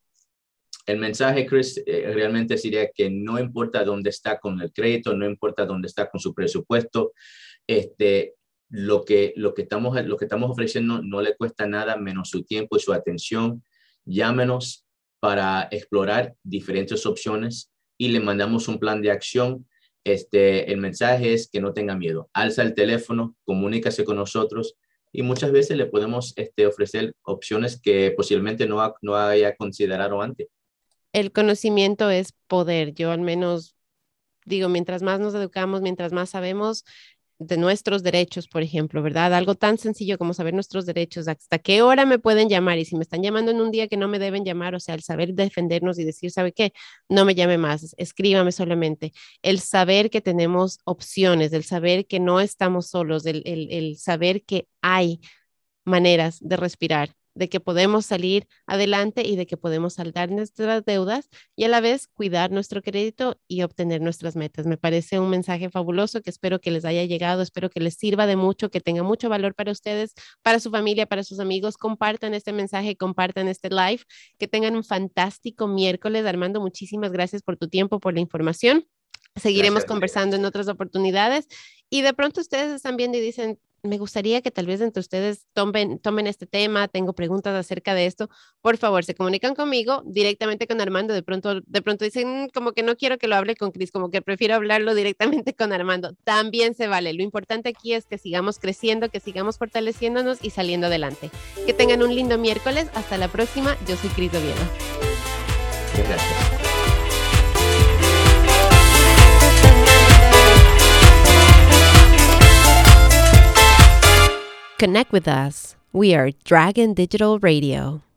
El mensaje, Chris, eh, realmente sería que no importa dónde está con el crédito, no importa dónde está con su presupuesto, este, lo, que, lo, que estamos, lo que estamos ofreciendo no le cuesta nada menos su tiempo y su atención. Llámenos para explorar diferentes opciones y le mandamos un plan de acción. Este, el mensaje es que no tenga miedo. Alza el teléfono, comunícase con nosotros y muchas veces le podemos este, ofrecer opciones que posiblemente no, ha, no haya considerado antes. El conocimiento es poder. Yo al menos digo, mientras más nos educamos, mientras más sabemos de nuestros derechos, por ejemplo, ¿verdad? Algo tan sencillo como saber nuestros derechos, hasta qué hora me pueden llamar y si me están llamando en un día que no me deben llamar, o sea, el saber defendernos y decir, ¿sabe qué? No me llame más, escríbame solamente. El saber que tenemos opciones, el saber que no estamos solos, el, el, el saber que hay maneras de respirar, de que podemos salir adelante y de que podemos saldar nuestras deudas y a la vez cuidar nuestro crédito y obtener nuestras metas. Me parece un mensaje fabuloso que espero que les haya llegado, espero que les sirva de mucho, que tenga mucho valor para ustedes, para su familia, para sus amigos. Compartan este mensaje, compartan este live, que tengan un fantástico miércoles. Armando, muchísimas gracias por tu tiempo, por la información. Seguiremos gracias, conversando en otras oportunidades y de pronto ustedes están viendo y dicen, me gustaría que tal vez entre ustedes tomen, tomen este tema, tengo preguntas acerca de esto, por favor, se comunican conmigo, directamente con Armando, de pronto, de pronto dicen, como que no quiero que lo hable con Cris, como que prefiero hablarlo directamente con Armando, también se vale, lo importante aquí es que sigamos creciendo, que sigamos fortaleciéndonos y saliendo adelante. Que tengan un lindo miércoles, hasta la próxima, yo soy Cris Oviedo. Gracias. Connect with us. We are Dragon Digital Radio.